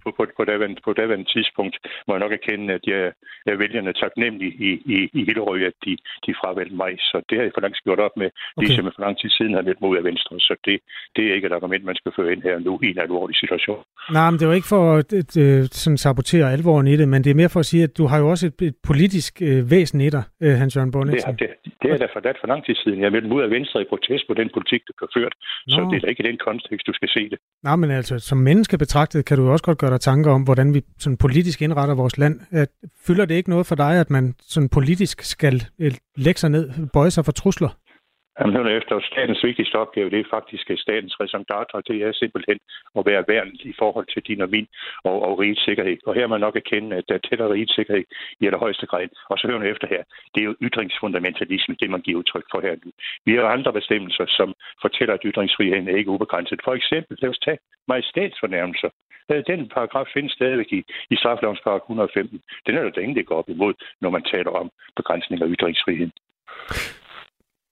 på daværende tidspunkt må jeg nok erkende, at jeg er vælgerne taknemmelig i Hillerød, at de fravalgte mig, så det har jeg for langt gjort op med, ligesom jeg for lang tid siden har meldt mig ud af Venstre, så det er ikke et argument, man skal føre ind her nu i en alvorlig situation. Nej, men det er jo ikke for at sådan sabotere alvoren i det, men det er mere for at sige, at du har jo også et politisk væsen i dig, Hans Jørgen Bonniksen. Det er da for lang tid siden. Jeg meldte mig ud af Venstre i protest på den politik, der blev ført, så det er da ikke i den kontekst, du skal se det. Nej, men altså, som menneske betragtet, kan du også godt gøre dig tanker om, hvordan vi sådan politisk indretter vores land. Fylder det ikke noget for dig, at man sådan politisk skal lægge sig ned, bøje sig for trusler? Jamen, hør efter statens vigtigste opgave, det er faktisk statens raison d'être, det er simpelthen at være værn i forhold til din og min og rigets sikkerhed. Og her må man nok erkende, at der er tættere rigets sikkerhed i allerhøjeste grad. Og så hør nu efter her, det er jo ytringsfundamentalisme, det man giver udtryk for her nu. Vi har andre bestemmelser, som fortæller, at ytringsfriheden er ikke ubegrænset. For eksempel, lad os tage majestætsfornærmelser. Den paragraf findes stadigvæk i straffelovens paragraf 115. Den er der ingen, der går op imod, når man taler om begrænsning af ytringsfriheden.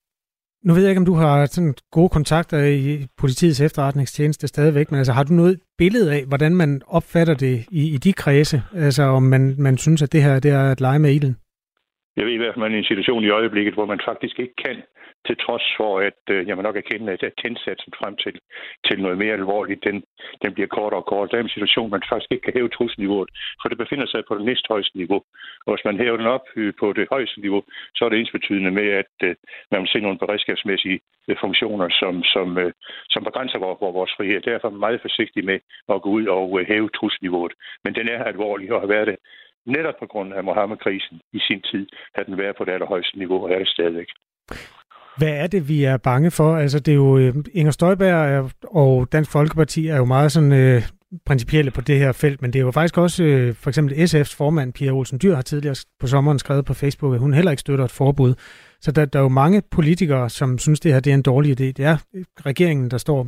Nu ved jeg ikke, om du har sådan gode kontakter i politiets efterretningstjeneste stadigvæk, men altså har du noget billede af, hvordan man opfatter det i de kredse? Altså om man synes, at det her det er at lege med ilden? Jeg ved i hvert fald, man er i en situation i øjeblikket, hvor man faktisk ikke kan, til trods for, at jeg må nok erkende, at tændsatsen frem til noget mere alvorligt, den bliver kortere og kortere. Der er en situation, man faktisk ikke kan hæve trusselsniveauet, for det befinder sig på det næsthøjeste niveau. Og hvis man hæver den op på det højeste niveau, så er det ensbetydende med, at man vil se nogle beredskabsmæssige funktioner, som begrænser vores frihed. Derfor er man meget forsigtig med at gå ud og hæve trusselsniveauet. Men den er alvorlig og har været det. Netop på grund af Mohammed-krisen i sin tid, havde den været på det allerhøjeste niveau, og er det stadigvæk. Hvad er det, vi er bange for? Altså, det er jo Inger Støjberg og Dansk Folkeparti er jo meget sådan principielle på det her felt, men det er jo faktisk også for eksempel SF's formand, Pia Olsen Dyhr, har tidligere på sommeren skrevet på Facebook, at hun heller ikke støtter et forbud. Så der er jo mange politikere, som synes, det her det er en dårlig idé. Det er regeringen, der står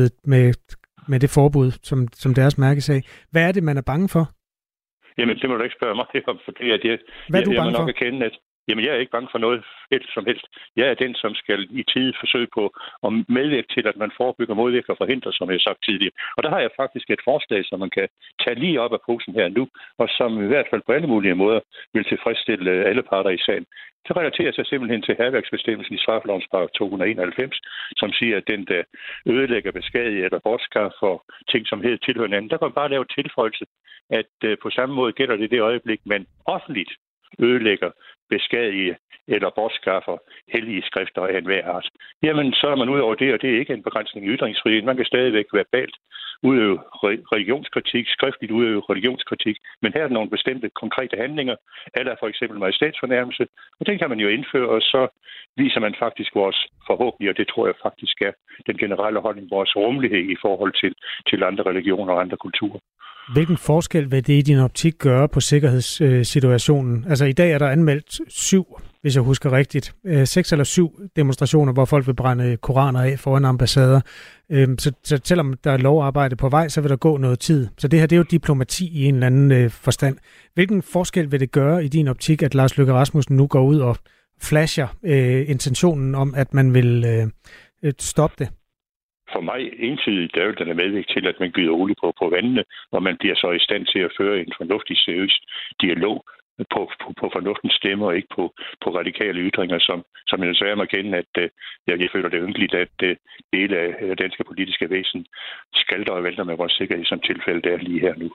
med det forbud som deres mærkesag. Hvad er det, man er bange for? Jamen, det må du ikke spørge mig om, fordi hvad er du bange for? Erkende, at jeg er ikke bange for noget som helst. Jeg er den, som skal i tide forsøge på at medvirke til, at man forebygger, modvirker og forhindrer, som jeg har sagt tidligere. Og der har jeg faktisk et forslag, som man kan tage lige op af posen her nu, og som i hvert fald på alle mulige måder vil tilfredsstille alle parter i sagen. Det relaterer sig simpelthen til hærværksbestemmelsen i straffelovens paragraf 291, som siger, at den, der ødelægger, beskadiger eller bortskaffer ting, som hedder tilhører hinanden, der kan man bare lave tilføjelse, at på samme måde gælder det øjeblik, man offentligt ødelægger, beskadiger eller bortskaffer hellige skrifter af enhver art. Jamen, så er man ud over det, og det er ikke en begrænsning i ytringsfriheden. Man kan stadigvæk verbalt udøve religionskritik, skriftligt udøve religionskritik, men her er der nogle bestemte konkrete handlinger, eller for eksempel majestætsfornærmelse, og den kan man jo indføre, og så viser man faktisk vores forhåbning, og det tror jeg faktisk er den generelle holdning, vores rummelighed i forhold til andre religioner og andre kulturer. Hvilken forskel vil det i din optik gøre på sikkerhedssituationen? Altså i dag er der anmeldt 7, hvis jeg husker rigtigt, 6 eller 7 demonstrationer, hvor folk vil brænde koraner af foran ambassader. Så selvom der er lovarbejde på vej, så vil der gå noget tid. Så det her, det er jo diplomati i en eller anden forstand. Hvilken forskel vil det gøre i din optik, at Lars Løkke Rasmussen nu går ud og flasher intentionen om, at man vil stoppe det? For mig entydigt er den medvirk til, at man gyder olie på vandene, og man bliver så i stand til at føre en fornuftig, seriøs dialog på fornuftens stemme, og ikke på radikale ytringer, som jeg desværre må kende, at jeg føler det ynkeligt, at dele af danske politiske væsen skalter og vælter med vores sikkerhed, som tilfældet er lige her nu.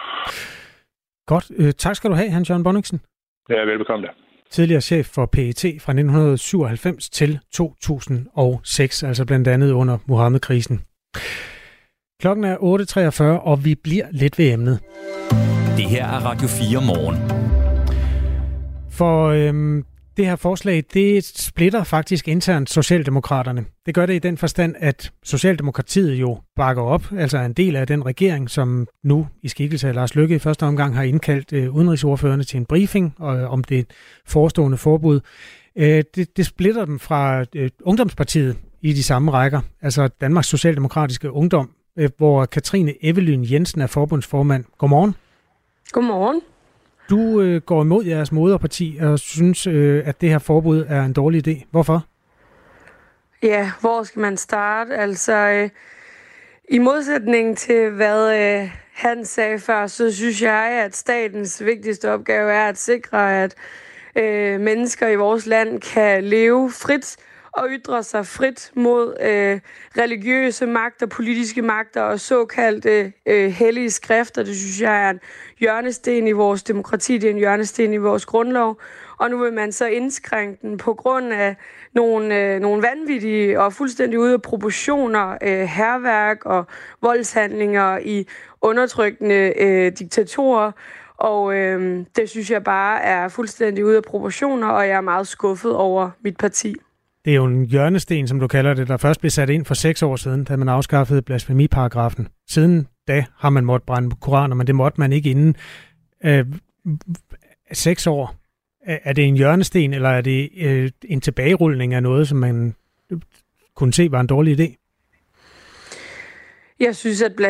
Godt. Tak skal du have, Hans Jørgen Bonniksen. Ja, velbekomme da. Tidligere chef for PET fra 1997 til 2006, altså blandt andet under Mohammed-krisen. Klokken er 8.43, og vi bliver lidt ved emnet. Det her er Radio 4 morgen. For det her forslag, det splitter faktisk internt Socialdemokraterne. Det gør det i den forstand, at Socialdemokratiet jo bakker op, altså en del af den regering, som nu i skikkelse af Lars Løkke i første omgang har indkaldt udenrigsordførerne til en briefing om det forestående forbud. Det splitter dem fra Ungdomspartiet i de samme rækker, altså Danmarks Socialdemokratiske Ungdom, hvor Katrine Evelyn Jensen er forbundsformand. Godmorgen. Godmorgen. Du går imod jeres moderparti og synes, at det her forbud er en dårlig idé. Hvorfor? Ja, hvor skal man starte? Altså, i modsætning til hvad han sagde før, så synes jeg, at statens vigtigste opgave er at sikre, at mennesker i vores land kan leve frit og ytre sig frit mod religiøse magter, politiske magter og såkaldte hellige skrifter. Det synes jeg er en hjørnesten i vores demokrati, det er en hjørnesten i vores grundlov. Og nu vil man så indskrænke den på grund af nogle vanvittige og fuldstændig ude af proportioner hærværk og voldshandlinger i undertrykkende diktatorer. Og det synes jeg bare er fuldstændig ude af proportioner, og jeg er meget skuffet over mit parti. Det er jo en hjørnesten, som du kalder det, der først blev sat ind for 6 år siden, da man afskaffede blasfemiparagrafen. Siden da har man måttet brænde koraner, men det måtte man ikke inden 6 år. Er det en hjørnesten, eller er det en tilbagerulning af noget, som man kunne se var en dårlig idé? Jeg synes, at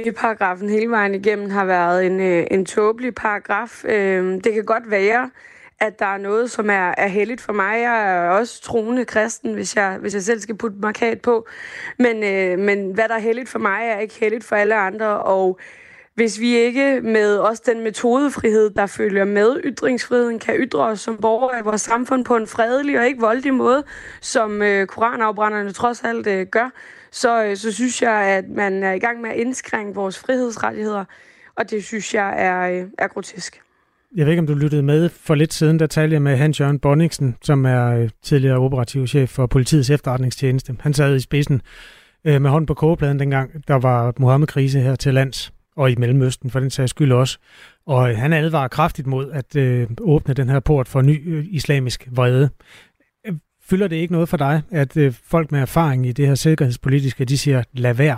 blasfemiparagrafen hele vejen igennem har været en tåbelig paragraf. Det kan godt være, at der er noget, som er helligt for mig. Jeg er også troende kristen, hvis jeg selv skal putte markat på. Men hvad der er helligt for mig, er ikke helligt for alle andre. Og hvis vi ikke med også den metodefrihed, der følger med ytringsfriheden, kan ytre os som borgere i vores samfund på en fredelig og ikke voldelig måde, som koranafbrænderne trods alt gør, så synes jeg, at man er i gang med at indskrænke vores frihedsrettigheder, og det synes jeg er grotesk. Jeg ved ikke, om du lyttede med for lidt siden, der talte jeg med Hans Jørgen Bonniksen, som er tidligere operativ chef for Politiets Efterretningstjeneste. Han sad i spidsen med hånden på kogepladen dengang, der var Mohammed-krise her til lands, og i Mellemøsten for den sags skyld også. Og han advarer kraftigt mod at åbne den her port for ny islamisk vrede. Fylder det ikke noget for dig, at folk med erfaring i det her sikkerhedspolitiske, de siger, lad være?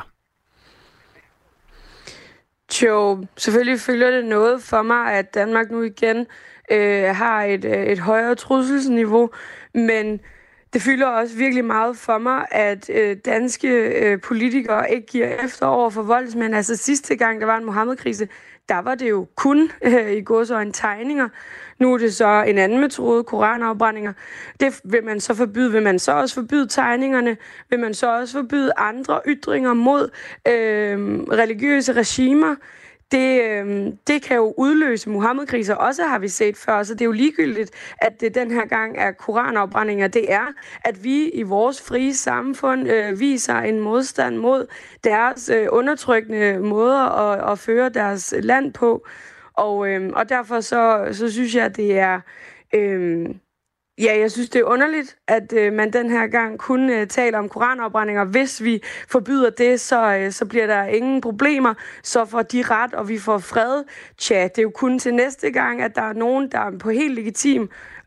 Jo, selvfølgelig fylder det noget for mig, at Danmark nu igen har et højere trusselsniveau, men det fylder også virkelig meget for mig, at danske politikere ikke giver efter over for voldsmænd. Altså sidste gang, der var en Mohammed-krise, der var det jo kun i gåseøjne tegninger. Nu er det så en anden metode, koranafbrændinger. Det vil man så forbyde. Vil man så også forbyde tegningerne? Vil man så også forbyde andre ytringer mod religiøse regimer? Det kan jo udløse Mohammed-kriser, også har vi set før, så det er jo ligegyldigt, at det den her gang er koranafbrændinger. Det er, at vi i vores frie samfund viser en modstand mod deres undertrykkende måder at føre deres land på. Og derfor så synes jeg, at det er... jeg synes, det er underligt, at man den her gang kun taler om koranafbrændinger. Hvis vi forbyder det, så bliver der ingen problemer. Så får de ret, og vi får fred. Tja, det er jo kun til næste gang, at der er nogen, der på helt legitim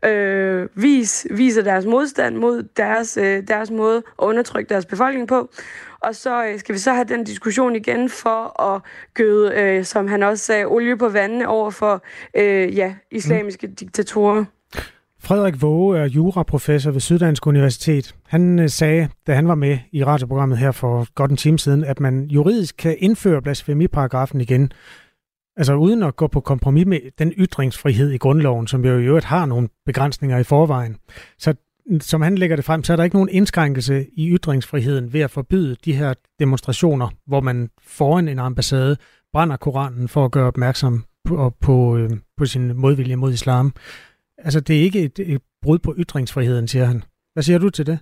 viser deres modstand mod deres måde at undertrykke deres befolkning på. Og så skal vi så have den diskussion igen for at gøde, som han også sagde, olie på vandene over for islamiske diktatorer. Frederik Våge er juraprofessor ved Syddansk Universitet. Han sagde, da han var med i radioprogrammet her for godt en time siden, at man juridisk kan indføre blasfemiparagrafen igen. Altså uden at gå på kompromis med den ytringsfrihed i grundloven, som jo i øvrigt har nogle begrænsninger i forvejen. Så som han lægger det frem, så er der ikke nogen indskrænkelse i ytringsfriheden ved at forbyde de her demonstrationer, hvor man foran en ambassade brænder Koranen for at gøre opmærksom på sin modvilje mod islam. Altså, det er ikke et brud på ytringsfriheden, siger han. Hvad siger du til det?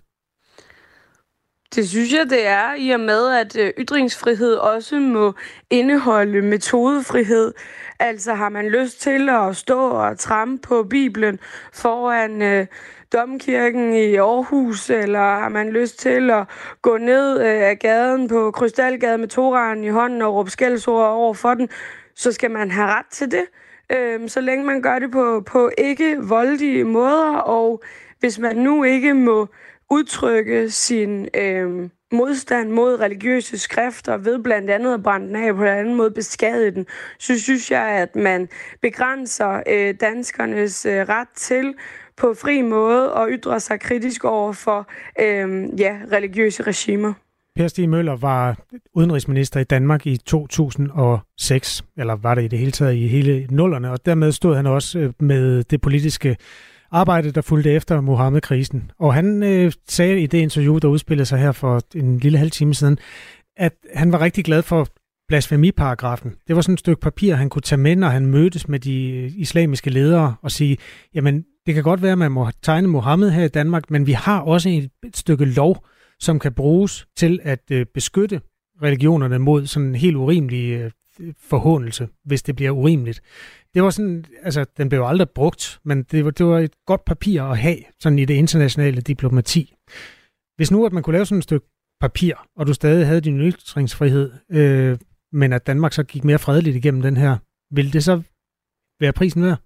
Det synes jeg, det er, i og med, at ytringsfrihed også må indeholde metodefrihed. Altså, har man lyst til at stå og trampe på Bibelen foran Domkirken i Aarhus, eller har man lyst til at gå ned ad gaden på Krystalgade med Toraen i hånden og råbe skældsord over for den, så skal man have ret til det. Så længe man gør det på ikke voldelige måder, og hvis man nu ikke må udtrykke sin modstand mod religiøse skrifter ved blandt andet at brænde den af på en anden måde, beskadige den, så synes jeg, at man begrænser danskernes ret til på fri måde at ytre sig kritisk over for religiøse regimer. Per Stig Møller var udenrigsminister i Danmark i 2006, eller var det i det hele taget i hele nullerne, og dermed stod han også med det politiske arbejde, der fulgte efter Mohammed-krisen. Og han sagde i det interview, der udspillede sig her for en lille halv time siden, at han var rigtig glad for blasfemiparagrafen. Det var sådan et stykke papir, han kunne tage med, når han mødtes med de islamiske ledere og sige, jamen det kan godt være, at man må tegne Mohammed her i Danmark, men vi har også et stykke lov, som kan bruges til at beskytte religionerne mod sådan en helt urimelig forhåndelse, hvis det bliver urimeligt. Det var sådan, altså den blev aldrig brugt, men det var et godt papir at have sådan i det internationale diplomati. Hvis nu, at man kunne lave sådan et stykke papir, og du stadig havde din ytringsfrihed, men at Danmark så gik mere fredeligt igennem den her, ville det så være prisen værd?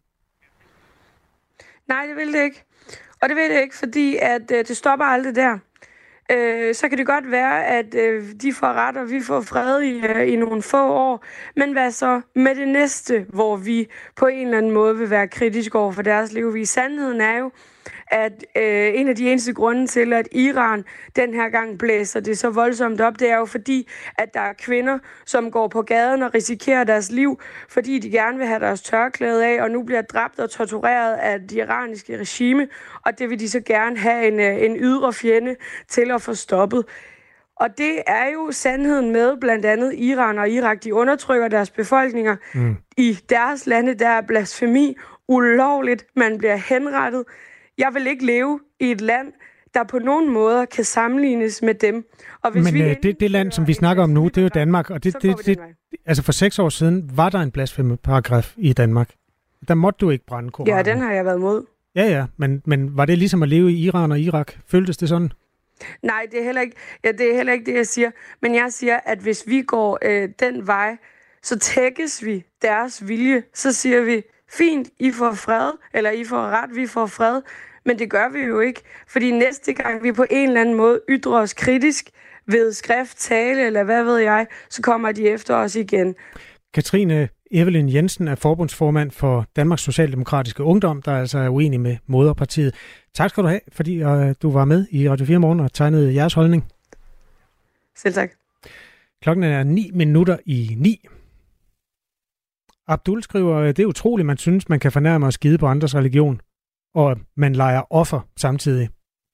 Nej, det vil det ikke. Og det vil det ikke, fordi at det stopper aldrig der. Så kan det godt være, at de får ret, og vi får fred i nogle få år. Men hvad så med det næste, hvor vi på en eller anden måde vil være kritiske over for deres liv? Sandheden er jo, at en af de eneste grunde til, at Iran den her gang blæser det så voldsomt op, det er jo fordi, at der er kvinder, som går på gaden og risikerer deres liv, fordi de gerne vil have deres tørklæde af, og nu bliver dræbt og tortureret af det iranske regime, og det vil de så gerne have en ydre fjende til at få stoppet. Og det er jo sandheden med blandt andet Iran og Irak. De undertrykker deres befolkninger. I deres lande, der er blasfemi ulovligt. Man bliver henrettet. Jeg vil ikke leve i et land, der på nogen måder kan sammenlignes med dem. Og hvis det land, som vi snakker om nu, det er jo Danmark. Og altså for 6 år siden var der en blasfemiparagraf i Danmark. Der måtte du ikke brænde Koranen. Ja, den har jeg været mod. Ja, men var det ligesom at leve i Iran og Irak? Føltes det sådan? Nej, det er heller ikke det, jeg siger. Men jeg siger, at hvis vi går den vej, så tækkes vi deres vilje. Så siger vi, fint, I får fred, eller I får ret, vi får fred. Men det gør vi jo ikke. Fordi næste gang vi på en eller anden måde ytrer os kritisk ved skrift, tale, eller hvad ved jeg, så kommer de efter os igen. Katrine Evelyn Jensen er forbundsformand for Danmarks Socialdemokratiske Ungdom, der altså er uenig med Moderpartiet. Tak skal du have, fordi du var med i Radio 4 Morgen og tegnede jeres holdning. Selv tak. Klokken er 9:09. Abdul skriver, det er utroligt, man synes, man kan fornærme og skide på andres religion, og man leger offer samtidig.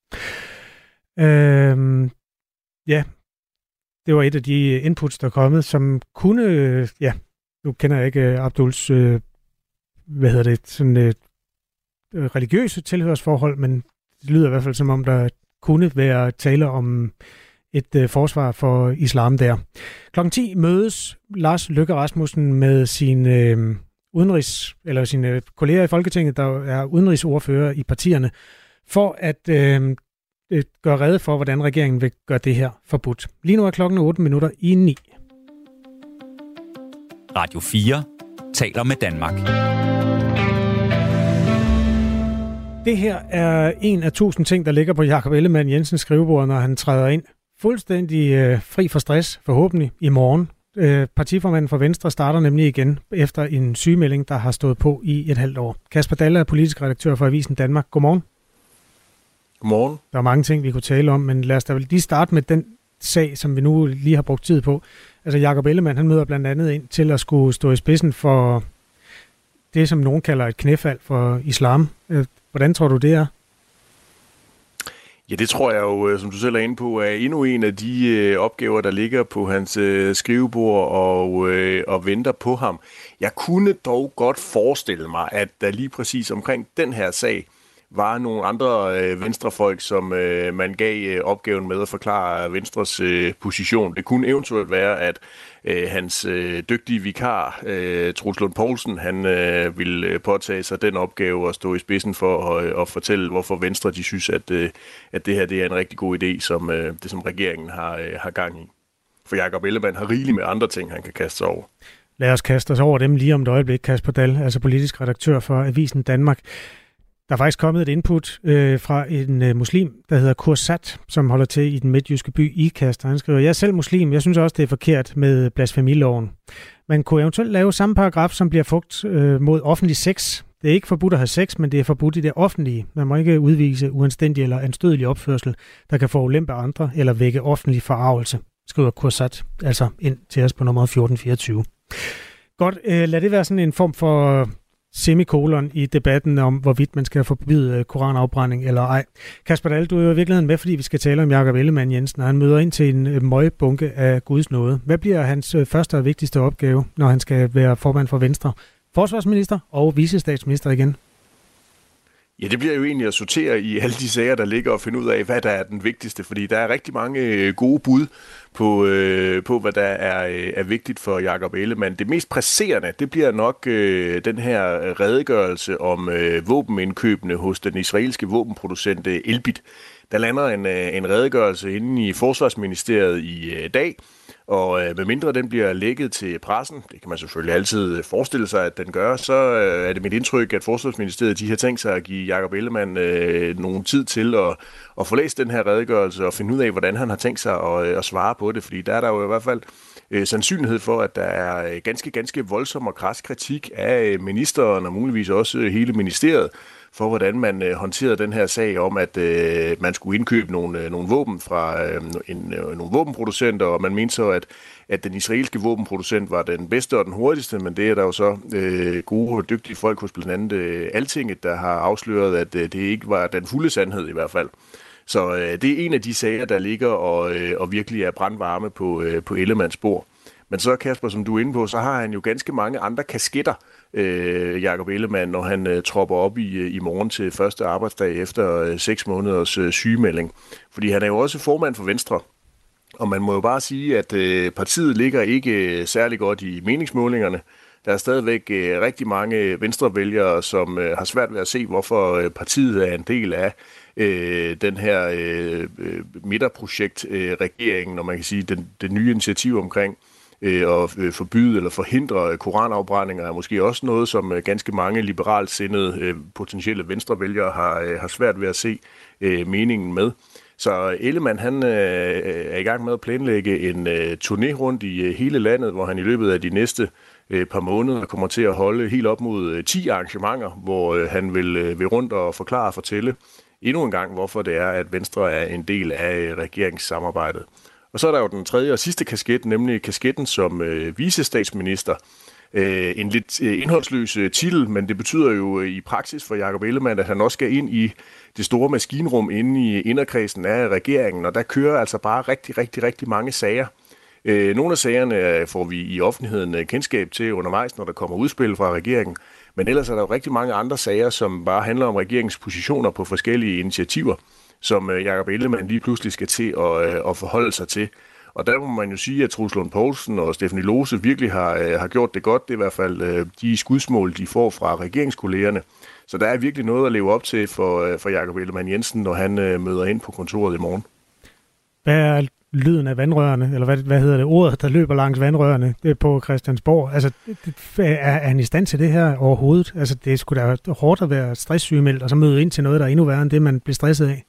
Ja, det var et af de inputs, der er kommet, som kunne, nu kender jeg ikke Abduls, religiøse tilhørsforhold, men det lyder i hvert fald som om, der kunne være tale om et forsvar for islam der. Klokken 10 mødes Lars Løkke Rasmussen med sine sine kolleger i Folketinget, der er udenrigsordfører i partierne, for at gøre rede for, hvordan regeringen vil gøre det her forbudt. Lige nu er klokken 8:09. Radio 4 taler med Danmark. Det her er en af 1000 ting, der ligger på Jakob Ellemann-Jensens skrivebord, når han træder ind. Fuldstændig fri for stress, forhåbentlig i morgen. Partiformanden for Venstre starter nemlig igen efter en sygemelding, der har stået på i et halvt år. Kasper Dalle er politisk redaktør for Avisen Danmark. Godmorgen. Godmorgen. Der er mange ting, vi kunne tale om, men lad os da lige starte med den sag, som vi nu lige har brugt tid på. Altså Jakob Ellemann, han møder blandt andet ind til at skulle stå i spidsen for det, som nogen kalder et knæfald for islam. Hvordan tror du, det er? Ja, det tror jeg jo, som du selv er inde på, er endnu en af de opgaver, der ligger på hans skrivebord og venter på ham. Jeg kunne dog godt forestille mig, at der lige præcis omkring den her sag var nogle andre venstrefolk, som man gav opgaven med at forklare Venstres position. Det kunne eventuelt være, at hans dygtige vikar, Troels Lund Poulsen, han ville påtage sig den opgave og stå i spidsen for at fortælle, hvorfor Venstre de synes, at det her det er en rigtig god idé, som regeringen har gang i. For Jakob Ellemann har rigeligt med andre ting, han kan kaste sig over. Lad os kaste os over dem lige om et øjeblik, Kasper Dahl, altså politisk redaktør for Avisen Danmark. Der er faktisk kommet et input fra en muslim, der hedder Kursat, som holder til i den midtjyske by Ikast. Han skriver, jeg er selv muslim, jeg synes også, det er forkert med blasfemiloven. Man kunne eventuelt lave samme paragraf, som bliver fugt mod offentlig sex. Det er ikke forbudt at have sex, men det er forbudt i det offentlige. Man må ikke udvise uanstændig eller anstødelig opførsel, der kan forulempe andre eller vække offentlig forargelse, skriver Kursat, altså ind til os på nummer 1424. Godt, lad det være sådan en form for semikolon i debatten om, hvorvidt man skal forbyde koranafbrænding eller ej. Kasper Dahl, du er jo i virkeligheden med, fordi vi skal tale om Jakob Ellemann-Jensen, og han møder ind til en møgbunke af Guds nåde. Hvad bliver hans første og vigtigste opgave, når han skal være formand for Venstre? Forsvarsminister og vicestatsminister igen? Ja, det bliver jo egentlig at sortere i alle de sager, der ligger og finde ud af, hvad der er den vigtigste, fordi der er rigtig mange gode bud på hvad der er vigtigt for Jakob Ellemann. Det mest presserende, det bliver nok den her redegørelse om våbenindkøbene hos den israelske våbenproducent Elbit. Der lander en redegørelse inde i Forsvarsministeriet i dag, og medmindre den bliver lækket til pressen, det kan man selvfølgelig altid forestille sig, at den gør, så er det mit indtryk, at Forsvarsministeriet de har tænkt sig at give Jakob Ellemann nogen tid til at få læst den her redegørelse og finde ud af, hvordan han har tænkt sig at svare på det, fordi der er der jo i hvert fald sandsynlighed for, at der er ganske voldsom og kras kritik af ministeren og muligvis også hele ministeriet for hvordan man håndterede den her sag om, at man skulle indkøbe nogle våben fra nogle våbenproducenter, og man mente så, at den israelske våbenproducent var den bedste og den hurtigste, men det er der jo så gode og dygtige folk hos blandt andet Altinget, der har afsløret, at det ikke var den fulde sandhed i hvert fald. Så det er en af de sager, der ligger og virkelig er brandvarme på Ellemanns bord. Men så, Kasper, som du er inde på, så har han jo ganske mange andre kasketter, Jakob Ellemann, når han tropper op i morgen til første arbejdsdag efter 6 måneders sygemelding. Fordi han er jo også formand for Venstre. Og man må jo bare sige, at partiet ligger ikke særlig godt i meningsmålingerne. Der er stadigvæk rigtig mange venstrevælgere, som har svært ved at se, hvorfor partiet er en del af den her midterprojekt-regeringen, og man kan sige, det nye initiativ omkring at forbyde eller forhindre koranafbrændinger er måske også noget, som ganske mange liberalt sindede potentielle venstrevælgere har svært ved at se meningen med. Så Ellemann, han er i gang med at planlægge en turné rundt i hele landet, hvor han i løbet af de næste par måneder kommer til at holde helt op mod 10 arrangementer, hvor han vil rundt og forklare og fortælle endnu en gang, hvorfor det er, at Venstre er en del af regeringssamarbejdet. Og så er der jo den tredje og sidste kasket, nemlig kasketten som vicestatsminister. En lidt indholdsløs titel, men det betyder jo i praksis for Jakob Ellemann, at han også skal ind i det store maskinrum inde i inderkredsen af regeringen, og der kører altså bare rigtig mange sager. Nogle af sagerne får vi i offentligheden kendskab til undervejs, når der kommer udspil fra regeringen, men ellers er der jo rigtig mange andre sager, som bare handler om regeringens positioner på forskellige initiativer, som Jakob Ellemann lige pludselig skal til at forholde sig til. Og der må man jo sige, at Troels Lund Poulsen og Stephanie Lose virkelig har gjort det godt. Det er i hvert fald de skudsmål, de får fra regeringskollegerne. Så der er virkelig noget at leve op til for Jakob Ellemann Jensen, når han møder ind på kontoret i morgen. Hvad er lyden af vandrørene, eller hvad hedder det, ordet, der løber langs vandrørene på Christiansborg? Altså, er han i stand til det her overhovedet? Altså, det skulle da være hårdt at være stresssygemeldt, og så møde ind til noget, der er endnu værre end det, man bliver stresset af.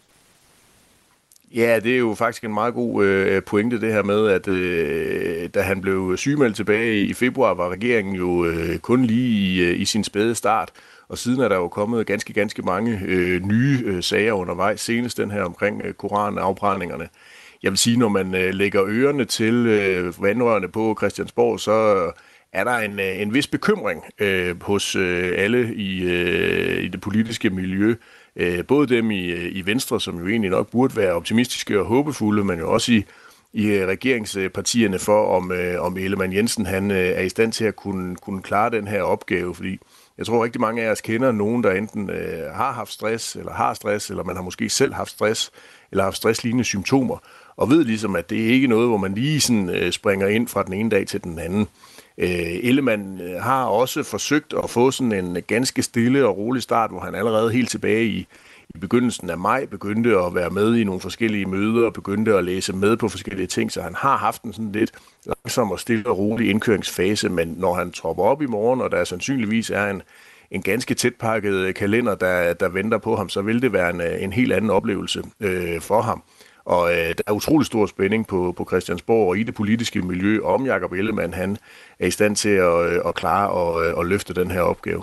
Ja, det er jo faktisk en meget god pointe, det her med, at da han blev sygemeldt tilbage i februar, var regeringen jo kun lige i sin spæde start. Og siden er der jo kommet ganske mange nye sager undervejs, senest den her omkring koranafbrændingerne. Jeg vil sige, når man lægger ørerne til vandrørene på Christiansborg, så er der en vis bekymring hos alle i det politiske miljø. Både dem i Venstre, som jo egentlig nok burde være optimistiske og håbefulde, men jo også i regeringspartierne for, om Ellemann Jensen han er i stand til at kunne klare den her opgave. Fordi jeg tror rigtig mange af os kender nogen, der enten har haft stress, eller man har måske selv haft stress, eller haft stresslignende symptomer, og ved ligesom, at det ikke er noget, hvor man lige sådan springer ind fra den ene dag til den anden. Ellemann har også forsøgt at få sådan en ganske stille og rolig start, hvor han allerede helt tilbage i begyndelsen af maj begyndte at være med i nogle forskellige møder og begyndte at læse med på forskellige ting, så han har haft en sådan lidt langsom og stille og rolig indkøringsfase, men når han tropper op i morgen, og der sandsynligvis er en ganske tætpakket kalender, der venter på ham, så vil det være en helt anden oplevelse for ham. Og der er utrolig stor spænding på Christiansborg og i det politiske miljø, om Jakob Ellemann han er i stand til at klare og løfte den her opgave.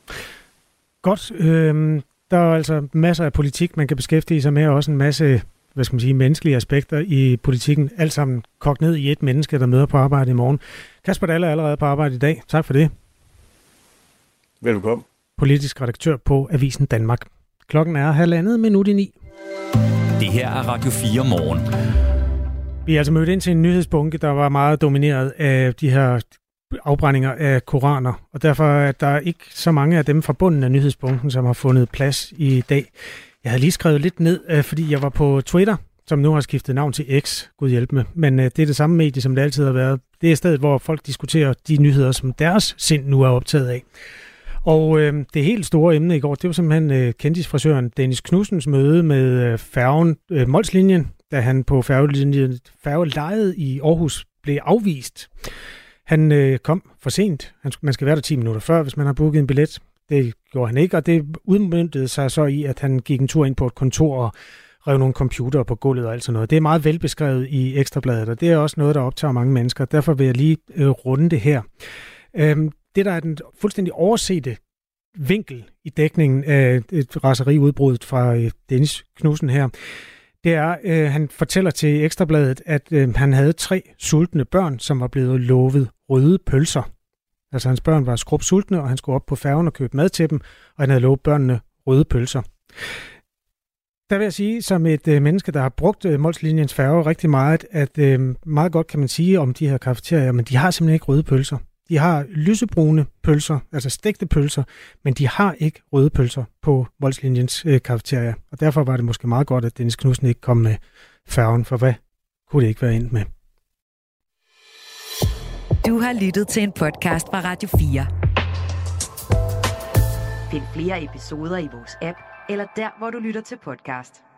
Godt. Der er altså masser af politik, man kan beskæftige sig med, og også en masse, menneskelige aspekter i politikken. Alt sammen kogt ned i et menneske, der møder på arbejde i morgen. Kasper Dahle er allerede på arbejde i dag. Tak for det. Velkommen. Politisk redaktør på Avisen Danmark. Klokken er 9:30. Det her er Radio 4 morgen. Vi er altså mødt ind til en nyhedsbunke, der var meget domineret af de her afbrændinger af koraner, og derfor er der ikke så mange af dem fra bunden af nyhedsbunken, som har fundet plads i dag. Jeg havde lige skrevet lidt ned, fordi jeg var på Twitter, som nu har skiftet navn til X, Gud hjælp med, men det er det samme medie, som det altid har været. Det er stedet, hvor folk diskuterer de nyheder, som deres sind nu er optaget af. Og det helt store emne i går, det var simpelthen kendisfrisøren Dennis Knudsens møde med færgen Molslinjen, da han på færgelejet i Aarhus blev afvist. Han kom for sent. Man skal være der 10 minutter før, hvis man har booket en billet. Det gjorde han ikke, og det udmøntede sig så i, at han gik en tur ind på et kontor og rev nogle computere på gulvet og alt sådan noget. Det er meget velbeskrevet i Ekstrabladet, og det er også noget, der optager mange mennesker. Derfor vil jeg lige runde det her. Det, der er den fuldstændig oversete vinkel i dækningen af et raseriudbrud fra Dennis Knudsen her. Det er, han fortæller til Ekstrabladet, at han havde 3 sultne børn, som var blevet lovet røde pølser. Altså hans børn var skrubsultne, og han skulle op på færgen og købe mad til dem, og han havde lovet børnene røde pølser. Der vil jeg sige, som et menneske, der har brugt Mols-linjens færge rigtig meget, at meget godt kan man sige om de her kafeterier, men de har simpelthen ikke røde pølser. De har lysebrune pølser, altså stegte pølser, men de har ikke røde pølser på Mols-linjens kafeterier. Og derfor var det måske meget godt, at Dennis Knudsen ikke kom med færgen, for hvad kunne det ikke være endt med? Du har lyttet til en podcast fra Radio 4. Find flere episoder i vores app, eller der, hvor du lytter til podcast.